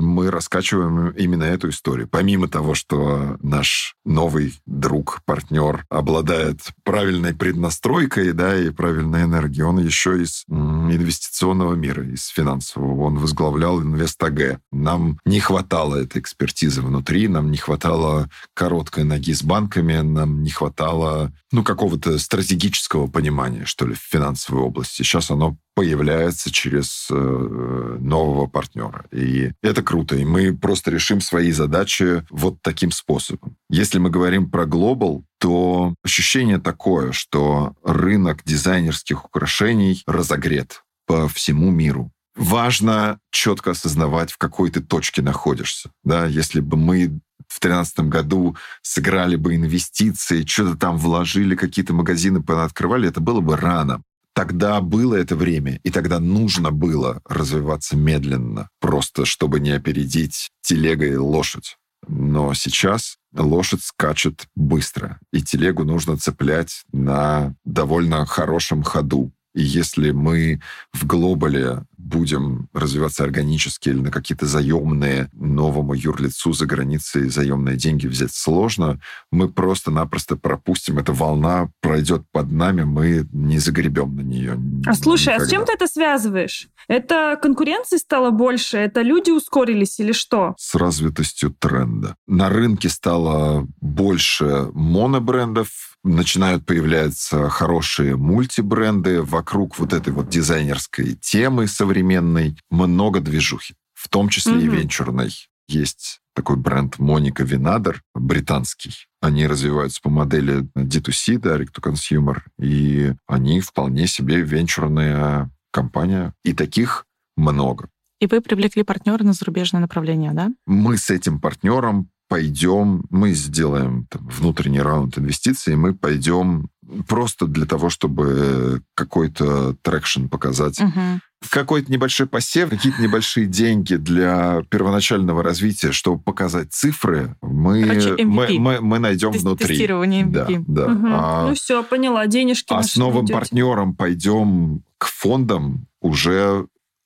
мы раскачиваем именно эту историю. Помимо того, что наш новый друг, партнер обладает правильной преднастройкой, да, и правильной энергией, он еще из инвестиционного мира, из финансового. Он возглавлял Инвест-АГ. Нам не хватало этой экспертизы внутри, нам не хватало короткой ноги с банками, нам не хватало, ну, какого-то стратегического понимания, что ли, в финансовой области. Сейчас оно появляется через э, нового партнера. И это круто. И мы просто решим свои задачи вот таким способом. Если мы говорим про глобал, то ощущение такое, что рынок дизайнерских украшений разогрет по всему миру. Важно четко осознавать, в какой ты точке находишься. Да? Если бы мы в две тысячи тринадцатом году сыграли бы инвестиции, что-то там вложили, какие-то магазины открывали, это было бы рано. Тогда было это время, и тогда нужно было развиваться медленно, просто чтобы не опередить телегой лошадь. Но сейчас лошадь скачет быстро, и телегу нужно цеплять на довольно хорошем ходу. И если мы в глобале будем развиваться органически или на какие-то заемные новому юрлицу за границей заемные деньги взять сложно, мы просто-напросто пропустим. Эта волна пройдет под нами, мы не загребем на нее. А слушай, никогда. А с чем ты это связываешь? Это конкуренции стало больше? Это люди ускорились или что? С развитостью тренда. На рынке стало больше монобрендов, начинают появляться хорошие мультибренды. Вокруг вот этой вот дизайнерской темы современной много движухи, в том числе mm-hmm. и венчурной. Есть такой бренд Моника Винадер, британский. Они развиваются по модели ди ту си, Direct to Consumer, и они вполне себе венчурная компания. И таких много. И вы привлекли партнера на зарубежное направление, да? Мы с этим партнером пойдем, мы сделаем там, внутренний раунд инвестиций, мы пойдем просто для того, чтобы какой-то трекшн показать. Угу. Какой-то небольшой посев, какие-то небольшие деньги для первоначального развития, чтобы показать цифры, мы, Короче, мы, мы, мы найдем Тест- внутри. Тестирование эм ви пи. Да, да. Угу. А, ну все, поняла, денежки а с новым идете. партнером пойдем к фондам уже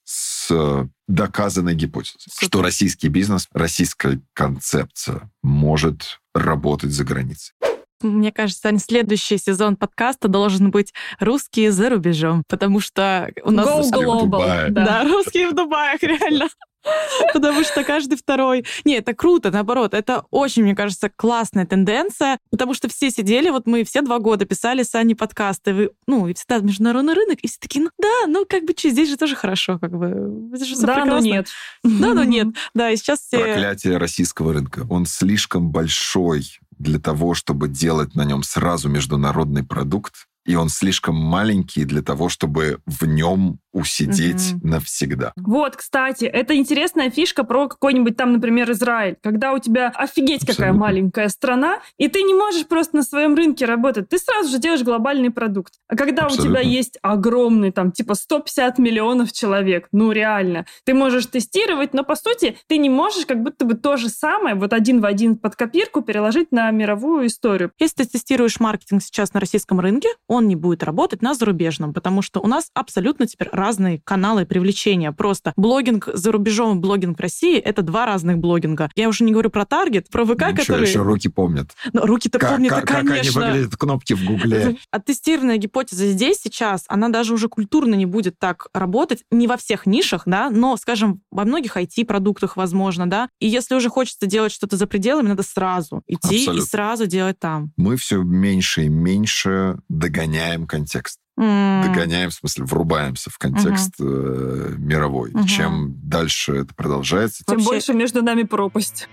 с доказанной гипотезой, Супер. что российский бизнес, российская концепция может работать за границей. Мне кажется, следующий сезон подкаста должен быть «Русские за рубежом», потому что у нас... Go Русские в global. Дубае. Да. Да, русские в Дубае, реально. Потому что каждый второй... Не, это круто, наоборот. Это очень, мне кажется, классная тенденция, потому что все сидели, вот мы все два года писали с Аней подкасты, вы, ну, и всегда международный рынок, и все такие, ну да, ну как бы что, здесь же тоже хорошо, как бы. Это же всё Да, но прекрасно. нет. Да, но нет. Да, и сейчас все... Проклятие российского рынка. Он слишком большой для того, чтобы делать на нем сразу международный продукт, и он слишком маленький для того, чтобы в нем усидеть Мгм. навсегда. Вот, кстати, это интересная фишка про какой-нибудь там, например, Израиль. Когда у тебя офигеть какая Абсолютно. маленькая страна, и ты не можешь просто на своем рынке работать. Ты сразу же делаешь глобальный продукт. А когда Абсолютно. у тебя есть огромный, там, типа сто пятьдесят миллионов человек, ну реально, ты можешь тестировать, но по сути ты не можешь как будто бы то же самое, вот один в один под копирку переложить на мировую историю. Если ты тестируешь маркетинг сейчас на российском рынке, он не будет работать на зарубежном, потому что у нас абсолютно теперь разные каналы привлечения. Просто блогинг за рубежом и блогинг в России — это два разных блогинга. Я уже не говорю про таргет, про ВК, Ничего, который... еще руки помнят. Ну, руки-то Как, помнят, как- да, как они конечно. выглядят, кнопки в Гугле. А тестированная гипотеза здесь сейчас, она даже уже культурно не будет так работать, не во всех нишах, да, но, скажем, во многих ай ти-продуктах, возможно, да. И если уже хочется делать что-то за пределами, надо сразу идти Абсолютно. и сразу делать там. Мы все меньше и меньше догоняем контекст. М. Догоняем, в смысле, врубаемся в контекст э, мировой. Мгм. Чем дальше это продолжается, Тем Вообще- больше между нами пропасть.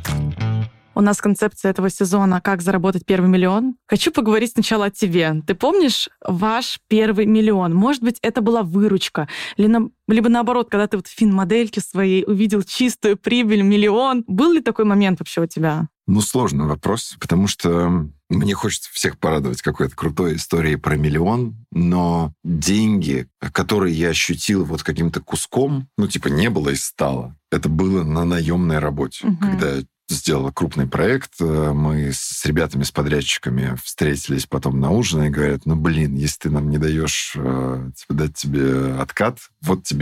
У нас концепция этого сезона «Как заработать первый миллион». Хочу поговорить сначала о тебе. Ты помнишь ваш первый миллион? Может быть, это была выручка, или на- либо наоборот, когда ты вот в финмодельке своей увидел чистую прибыль, миллион. Был ли такой момент вообще у тебя? Ну, сложный вопрос, потому что мне хочется всех порадовать какой-то крутой историей про миллион, но деньги, которые я ощутил вот каким-то куском, ну, типа, не было и стало. Это было на наемной работе, Мгм. когда я сделала крупный проект, мы с ребятами, с подрядчиками встретились потом на ужин и говорят, ну, блин, если ты нам не даешь э, типа, дать тебе откат, вот тебе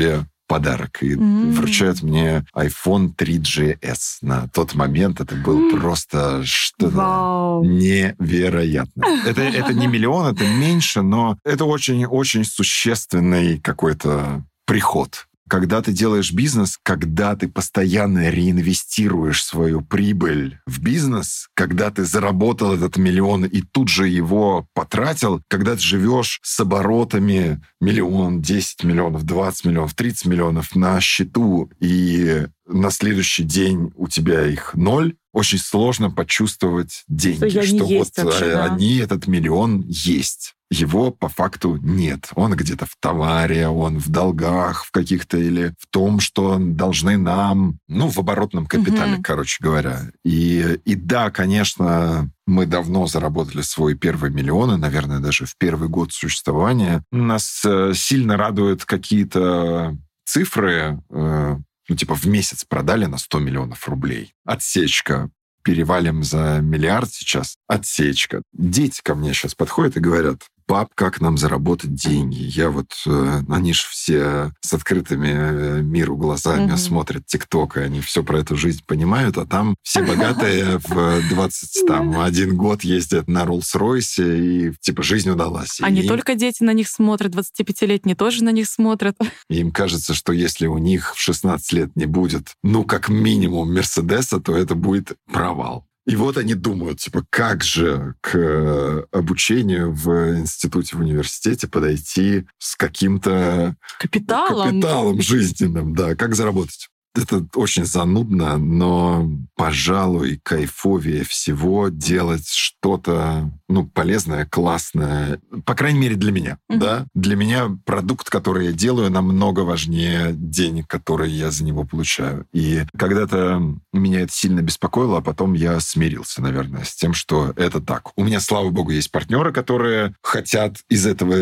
подарок. И Mm. вручают мне айфон три джи эс. На тот момент это было Mm. просто что-то Вау. невероятное. Это, это не миллион, это меньше, но это очень-очень существенный какой-то приход. Когда ты делаешь бизнес, когда ты постоянно реинвестируешь свою прибыль в бизнес, когда ты заработал этот миллион и тут же его потратил, когда ты живешь с оборотами миллион, десять миллионов, двадцать миллионов, тридцать миллионов на счету, и на следующий день у тебя их ноль, очень сложно почувствовать деньги, что, что вот вообще, да? они, этот миллион есть. Его по факту нет. Он где-то в товаре, он в долгах в каких-то или в том, что должны нам, ну, в оборотном капитале, Угу. короче говоря. И, и да, конечно, мы давно заработали свой первый миллион, и, наверное, даже в первый год существования. Нас э, сильно радуют какие-то цифры, э, ну, типа в месяц продали на сто миллионов рублей. Отсечка. Перевалим за миллиард сейчас. Отсечка. Дети ко мне сейчас подходят и говорят: пап, как нам заработать деньги? Я вот... Э, они же все с открытыми э, миру глазами Мгм. смотрят ТикТок, и они все про эту жизнь понимают, а там все богатые в двадцать один год ездят на Роллс-Ройсе, и типа жизнь удалась. А И не им- только дети на них смотрят, двадцатипятилетние тоже на них смотрят. и им кажется, что если у них в шестнадцать лет не будет, ну, как минимум, Мерседеса, то это будет провал. И вот они думают, типа, как же к э, обучению в институте, в университете подойти с каким-то Капиталом. капиталом жизненным, да, как заработать. Это очень занудно, но, пожалуй, кайфовее всего делать что-то, ну, полезное, классное, по крайней мере, для меня, Мгм. да. Для меня продукт, который я делаю, намного важнее денег, которые я за него получаю. И когда-то меня это сильно беспокоило, а потом я смирился, наверное, с тем, что это так. У меня, слава богу, есть партнеры, которые хотят из этого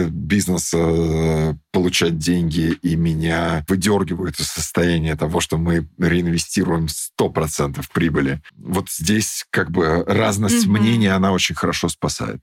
бизнеса получать деньги, и меня выдергивают из состояния того, что мы реинвестируем сто процентов прибыли. Вот здесь как бы разность Мгм. мнений, она очень хорошо спасает.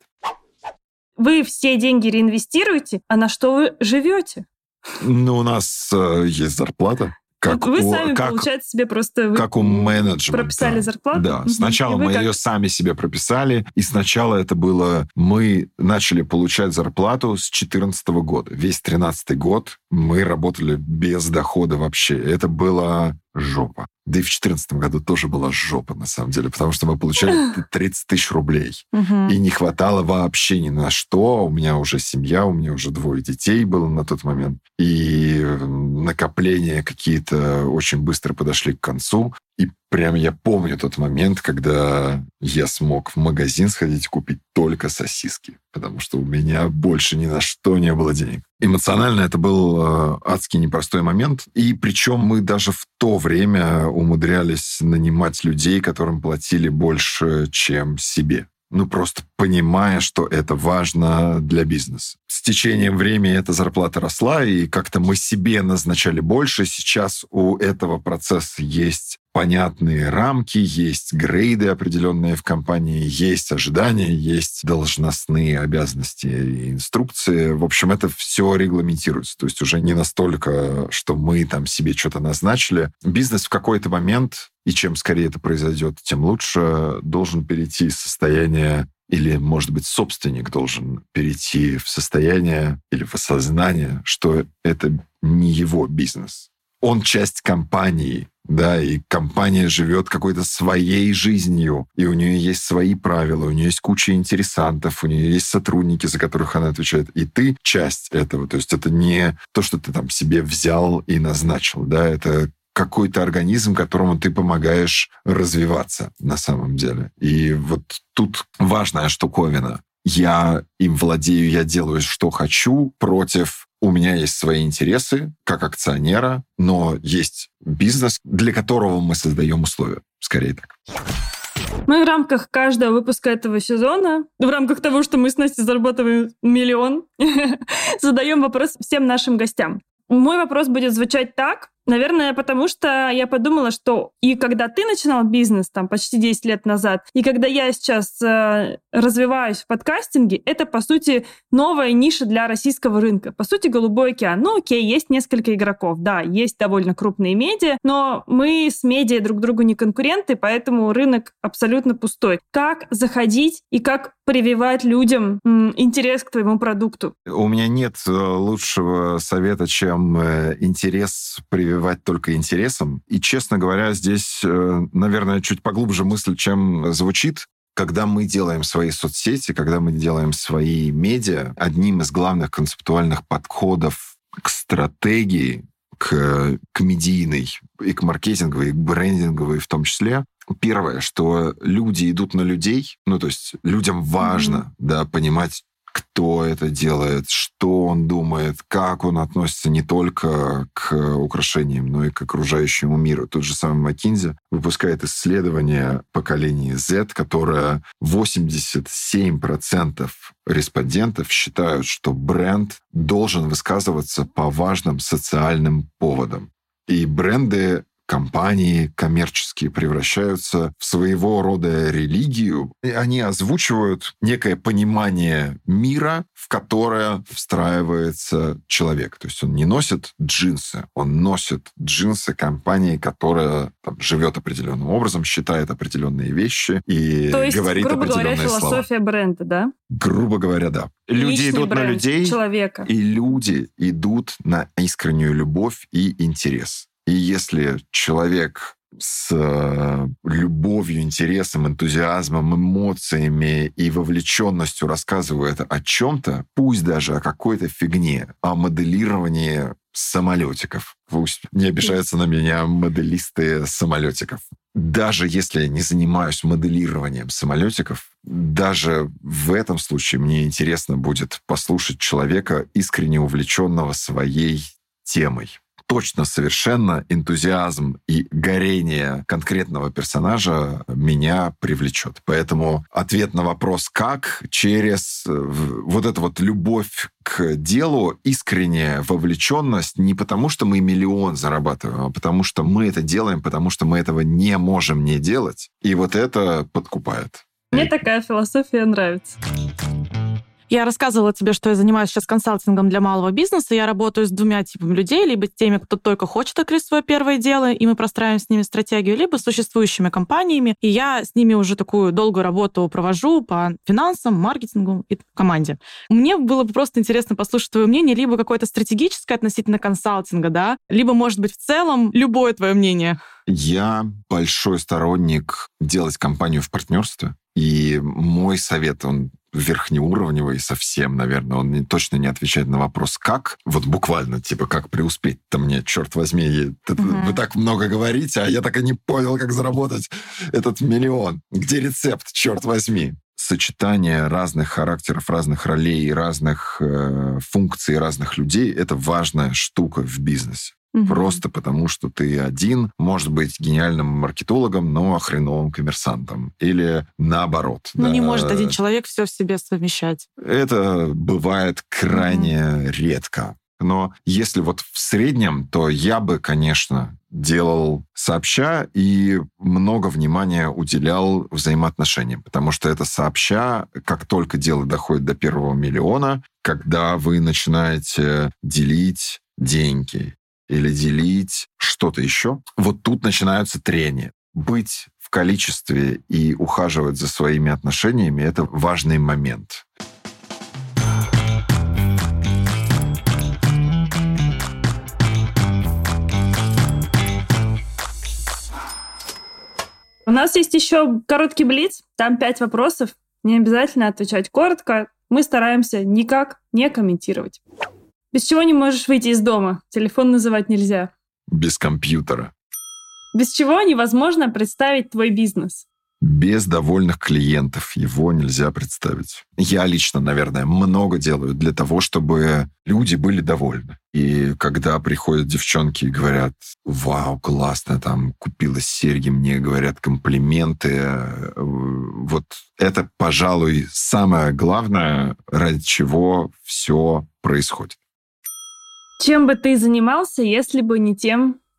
Вы все деньги реинвестируете, а на что вы живете? Ну, у нас э, есть зарплата. Как вы у, сами, как, получается, себе просто... вы как у менеджмента. прописали зарплату? Да, Мгм. сначала И вы мы как? ее сами себе прописали, и сначала это было... Мы начали получать зарплату с две тысячи четырнадцатого года. Весь тринадцатый год мы работали без дохода вообще. Это была жопа. Да и в две тысячи четырнадцатом году тоже была жопа, на самом деле, потому что мы получали тридцать тысяч рублей. Мгм. И не хватало вообще ни на что. У меня уже семья, у меня уже двое детей было на тот момент. И накопления какие-то очень быстро подошли к концу. И прям я помню тот момент, когда я смог в магазин сходить и купить только сосиски, потому что у меня больше ни на что не было денег. Эмоционально это был э, адский непростой момент. И причем мы даже в то время умудрялись нанимать людей, которым платили больше, чем себе. Ну, просто понимая, что это важно для бизнеса. С течением времени эта зарплата росла, и как-то мы себе назначали больше. Сейчас у этого процесса есть понятные рамки, есть грейды определенные в компании, есть ожидания, есть должностные обязанности и инструкции. В общем, это все регламентируется. То есть уже не настолько, что мы там себе что-то назначили. Бизнес в какой-то момент, и чем скорее это произойдет, тем лучше, должен перейти из состояния, или, может быть, собственник должен перейти в состояние или в осознание, что это не его бизнес. Он часть компании, да, и компания живет какой-то своей жизнью, и у нее есть свои правила, у нее есть куча интересантов, у нее есть сотрудники, за которых она отвечает, и ты часть этого. То есть это не то, что ты там себе взял и назначил, да, это какой-то организм, которому ты помогаешь развиваться на самом деле. И вот тут важная штуковина. Я им владею, я делаю, что хочу, против у меня есть свои интересы как акционера, но есть бизнес, для которого мы создаем условия. Скорее так. Мы в рамках каждого выпуска этого сезона, в рамках того, что мы с Настей зарабатываем миллион, задаем вопрос всем нашим гостям. Мой вопрос будет звучать так. Наверное, потому что я подумала, что и когда ты начинал бизнес там почти десять лет назад, и когда я сейчас э, развиваюсь в подкастинге, это, по сути, новая ниша для российского рынка. По сути, Голубой океан. Ну, окей, есть несколько игроков. Да, есть довольно крупные медиа, но мы с медиа друг другу не конкуренты, поэтому рынок абсолютно пустой. Как заходить и как прививать людям м, интерес к твоему продукту? У меня нет лучшего совета, чем интерес прививать только интересом. И, честно говоря, здесь, наверное, чуть поглубже мысль, чем звучит. Когда мы делаем свои соцсети, когда мы делаем свои медиа, одним из главных концептуальных подходов к стратегии, к, к медийной, и к маркетинговой, и к брендинговой в том числе, первое, что люди идут на людей, ну, то есть людям важно, mm-hmm. да, понимать, кто это делает, что он думает, как он относится не только к украшениям, но и к окружающему миру. Тот же самый McKinsey выпускает исследование поколения Z, которое восемьдесят семь процентов респондентов считают, что бренд должен высказываться по важным социальным поводам. И бренды, компании коммерческие превращаются в своего рода религию. И они озвучивают некое понимание мира, в которое встраивается человек. То есть он не носит джинсы, он носит джинсы компании, которая там, живет определенным образом, считает определенные вещи и То есть, говорит грубо определенные говоря, слова. философия бренда, да? Грубо говоря, да. Люди Личный идут бренд на людей, человека. И люди идут на искреннюю любовь и интерес. И если человек с э, любовью, интересом, энтузиазмом, эмоциями и вовлеченностью рассказывает о чем-то, пусть даже о какой-то фигне, о моделировании самолетиков. Пусть не обижаются на меня моделисты самолетиков. Даже если я не занимаюсь моделированием самолетиков, даже в этом случае мне интересно будет послушать человека, искренне увлеченного своей темой. Точно, совершенно энтузиазм и горение конкретного персонажа меня привлечет. Поэтому ответ на вопрос «как?» через вот эту вот любовь к делу, искренняя вовлеченность не потому, что мы миллион зарабатываем, а потому что мы это делаем, потому что мы этого не можем не делать. И вот это подкупает. Мне такая философия нравится. Я рассказывала тебе, что я занимаюсь сейчас консалтингом для малого бизнеса. Я работаю с двумя типами людей. Либо с теми, кто только хочет открыть свое первое дело, и мы простраиваем с ними стратегию, либо с существующими компаниями. И я с ними уже такую долгую работу провожу по финансам, маркетингу и команде. Мне было бы просто интересно послушать твое мнение, либо какое-то стратегическое относительно консалтинга, да, либо, может быть, в целом любое твое мнение. Я большой сторонник делать компанию в партнерстве. И мой совет, он верхнеуровневый совсем, наверное. Он не, точно не отвечает на вопрос «как?». Вот буквально, типа, как преуспеть-то мне, черт возьми. Uh-huh. Вы так много говорите, а я так и не понял, как заработать этот миллион. Где рецепт, черт возьми? Сочетание разных характеров, разных ролей, разных э, функций, разных людей — это важная штука в бизнесе. Угу. Просто потому, что ты один, может быть, гениальным маркетологом, но хреновым коммерсантом. Или наоборот. Ну, да. не может один человек все в себе совмещать. Это бывает крайне угу. редко. Но если вот в среднем, то я бы, конечно, делал сообща и много внимания уделял взаимоотношениям. Потому что это сообща, как только дело доходит до первого миллиона, когда вы начинаете делить деньги, или делить что-то еще, вот тут начинаются трения. Быть в количестве и ухаживать за своими отношениями — это важный момент. У нас есть еще короткий блиц, там пять вопросов. Не обязательно отвечать коротко. Мы стараемся никак не комментировать. Без чего не можешь выйти из дома? Телефон называть нельзя. Без компьютера. Без чего невозможно представить твой бизнес? Без довольных клиентов его нельзя представить. Я лично, наверное, много делаю для того, чтобы люди были довольны. И когда приходят девчонки и говорят: «Вау, классно, там, купила серьги», мне говорят комплименты. Вот это, пожалуй, самое главное, ради чего все происходит. Чем бы ты занимался, если бы не тем,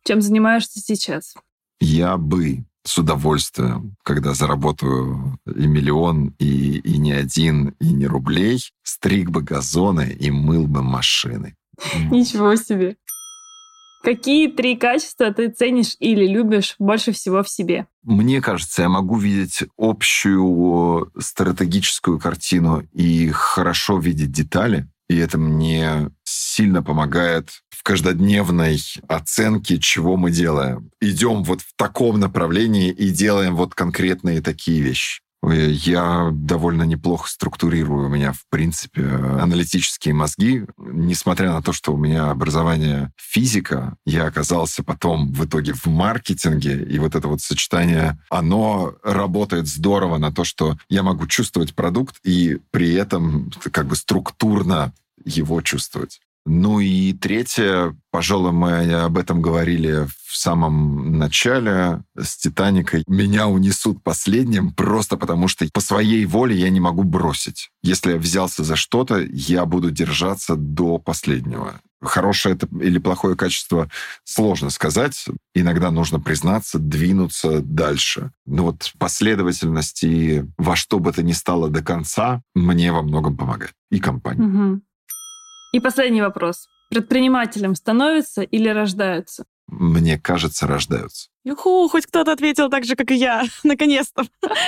чем занимаешься сейчас? Я бы с удовольствием, когда заработаю и миллион, и, и не один, и не рублей, стриг бы газоны и мыл бы машины. Ничего себе. Какие три качества ты ценишь или любишь больше всего в себе? Мне кажется, я могу видеть общую стратегическую картину и хорошо видеть детали. И это мне сильно помогает в каждодневной оценке, чего мы делаем. Идем вот в таком направлении и делаем вот конкретные такие вещи. Я довольно неплохо структурирую. У меня, в принципе, аналитические мозги. Несмотря на то, что у меня образование физика, я оказался потом в итоге в маркетинге. И вот это вот сочетание, оно работает здорово на то, что я могу чувствовать продукт и при этом как бы структурно его чувствовать. Ну и третье, пожалуй, мы об этом говорили в самом начале с «Титаникой». Меня унесут последним просто потому, что по своей воле я не могу бросить. Если я взялся за что-то, я буду держаться до последнего. Хорошее это или плохое качество сложно сказать. Иногда нужно признаться, двинуться дальше. Но вот последовательность и во что бы то ни стало до конца мне во многом помогает. И компания. Угу. И последний вопрос. Предпринимателем становятся или рождаются? Мне кажется, рождаются. Юху, хоть кто-то ответил так же, как и я. Наконец-то.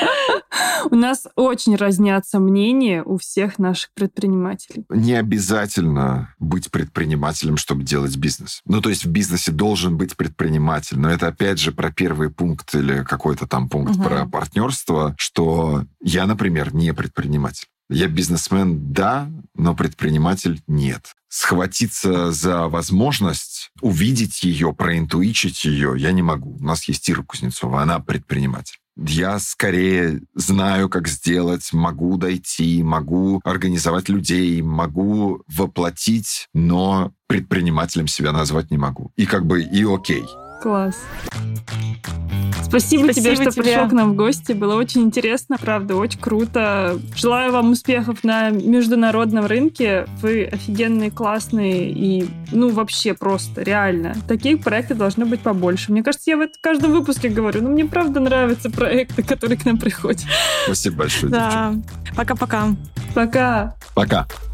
У нас очень разнятся мнения у всех наших предпринимателей. Не обязательно быть предпринимателем, чтобы делать бизнес. Ну, то есть в бизнесе должен быть предприниматель. Но это, опять же, про первый пункт или какой-то там пункт угу. про партнерство, что я, например, не предприниматель. Я бизнесмен, да, но предприниматель нет. Схватиться за возможность, увидеть ее, проинтуичить ее я не могу. У нас есть Ира Кузнецова, она предприниматель. Я скорее знаю, как сделать, могу дойти, могу организовать людей, могу воплотить, но предпринимателем себя назвать не могу. И как бы и окей. Класс. Спасибо, Спасибо тебе, что тебе. пришел к нам в гости. Было очень интересно, правда, очень круто. Желаю вам успехов на международном рынке. Вы офигенные, классные и, ну, вообще просто, реально. Таких проектов должно быть побольше. Мне кажется, я в каждом выпуске говорю, ну, мне правда нравятся проекты, которые к нам приходят. Спасибо большое, да. Пока-пока. Пока. Пока.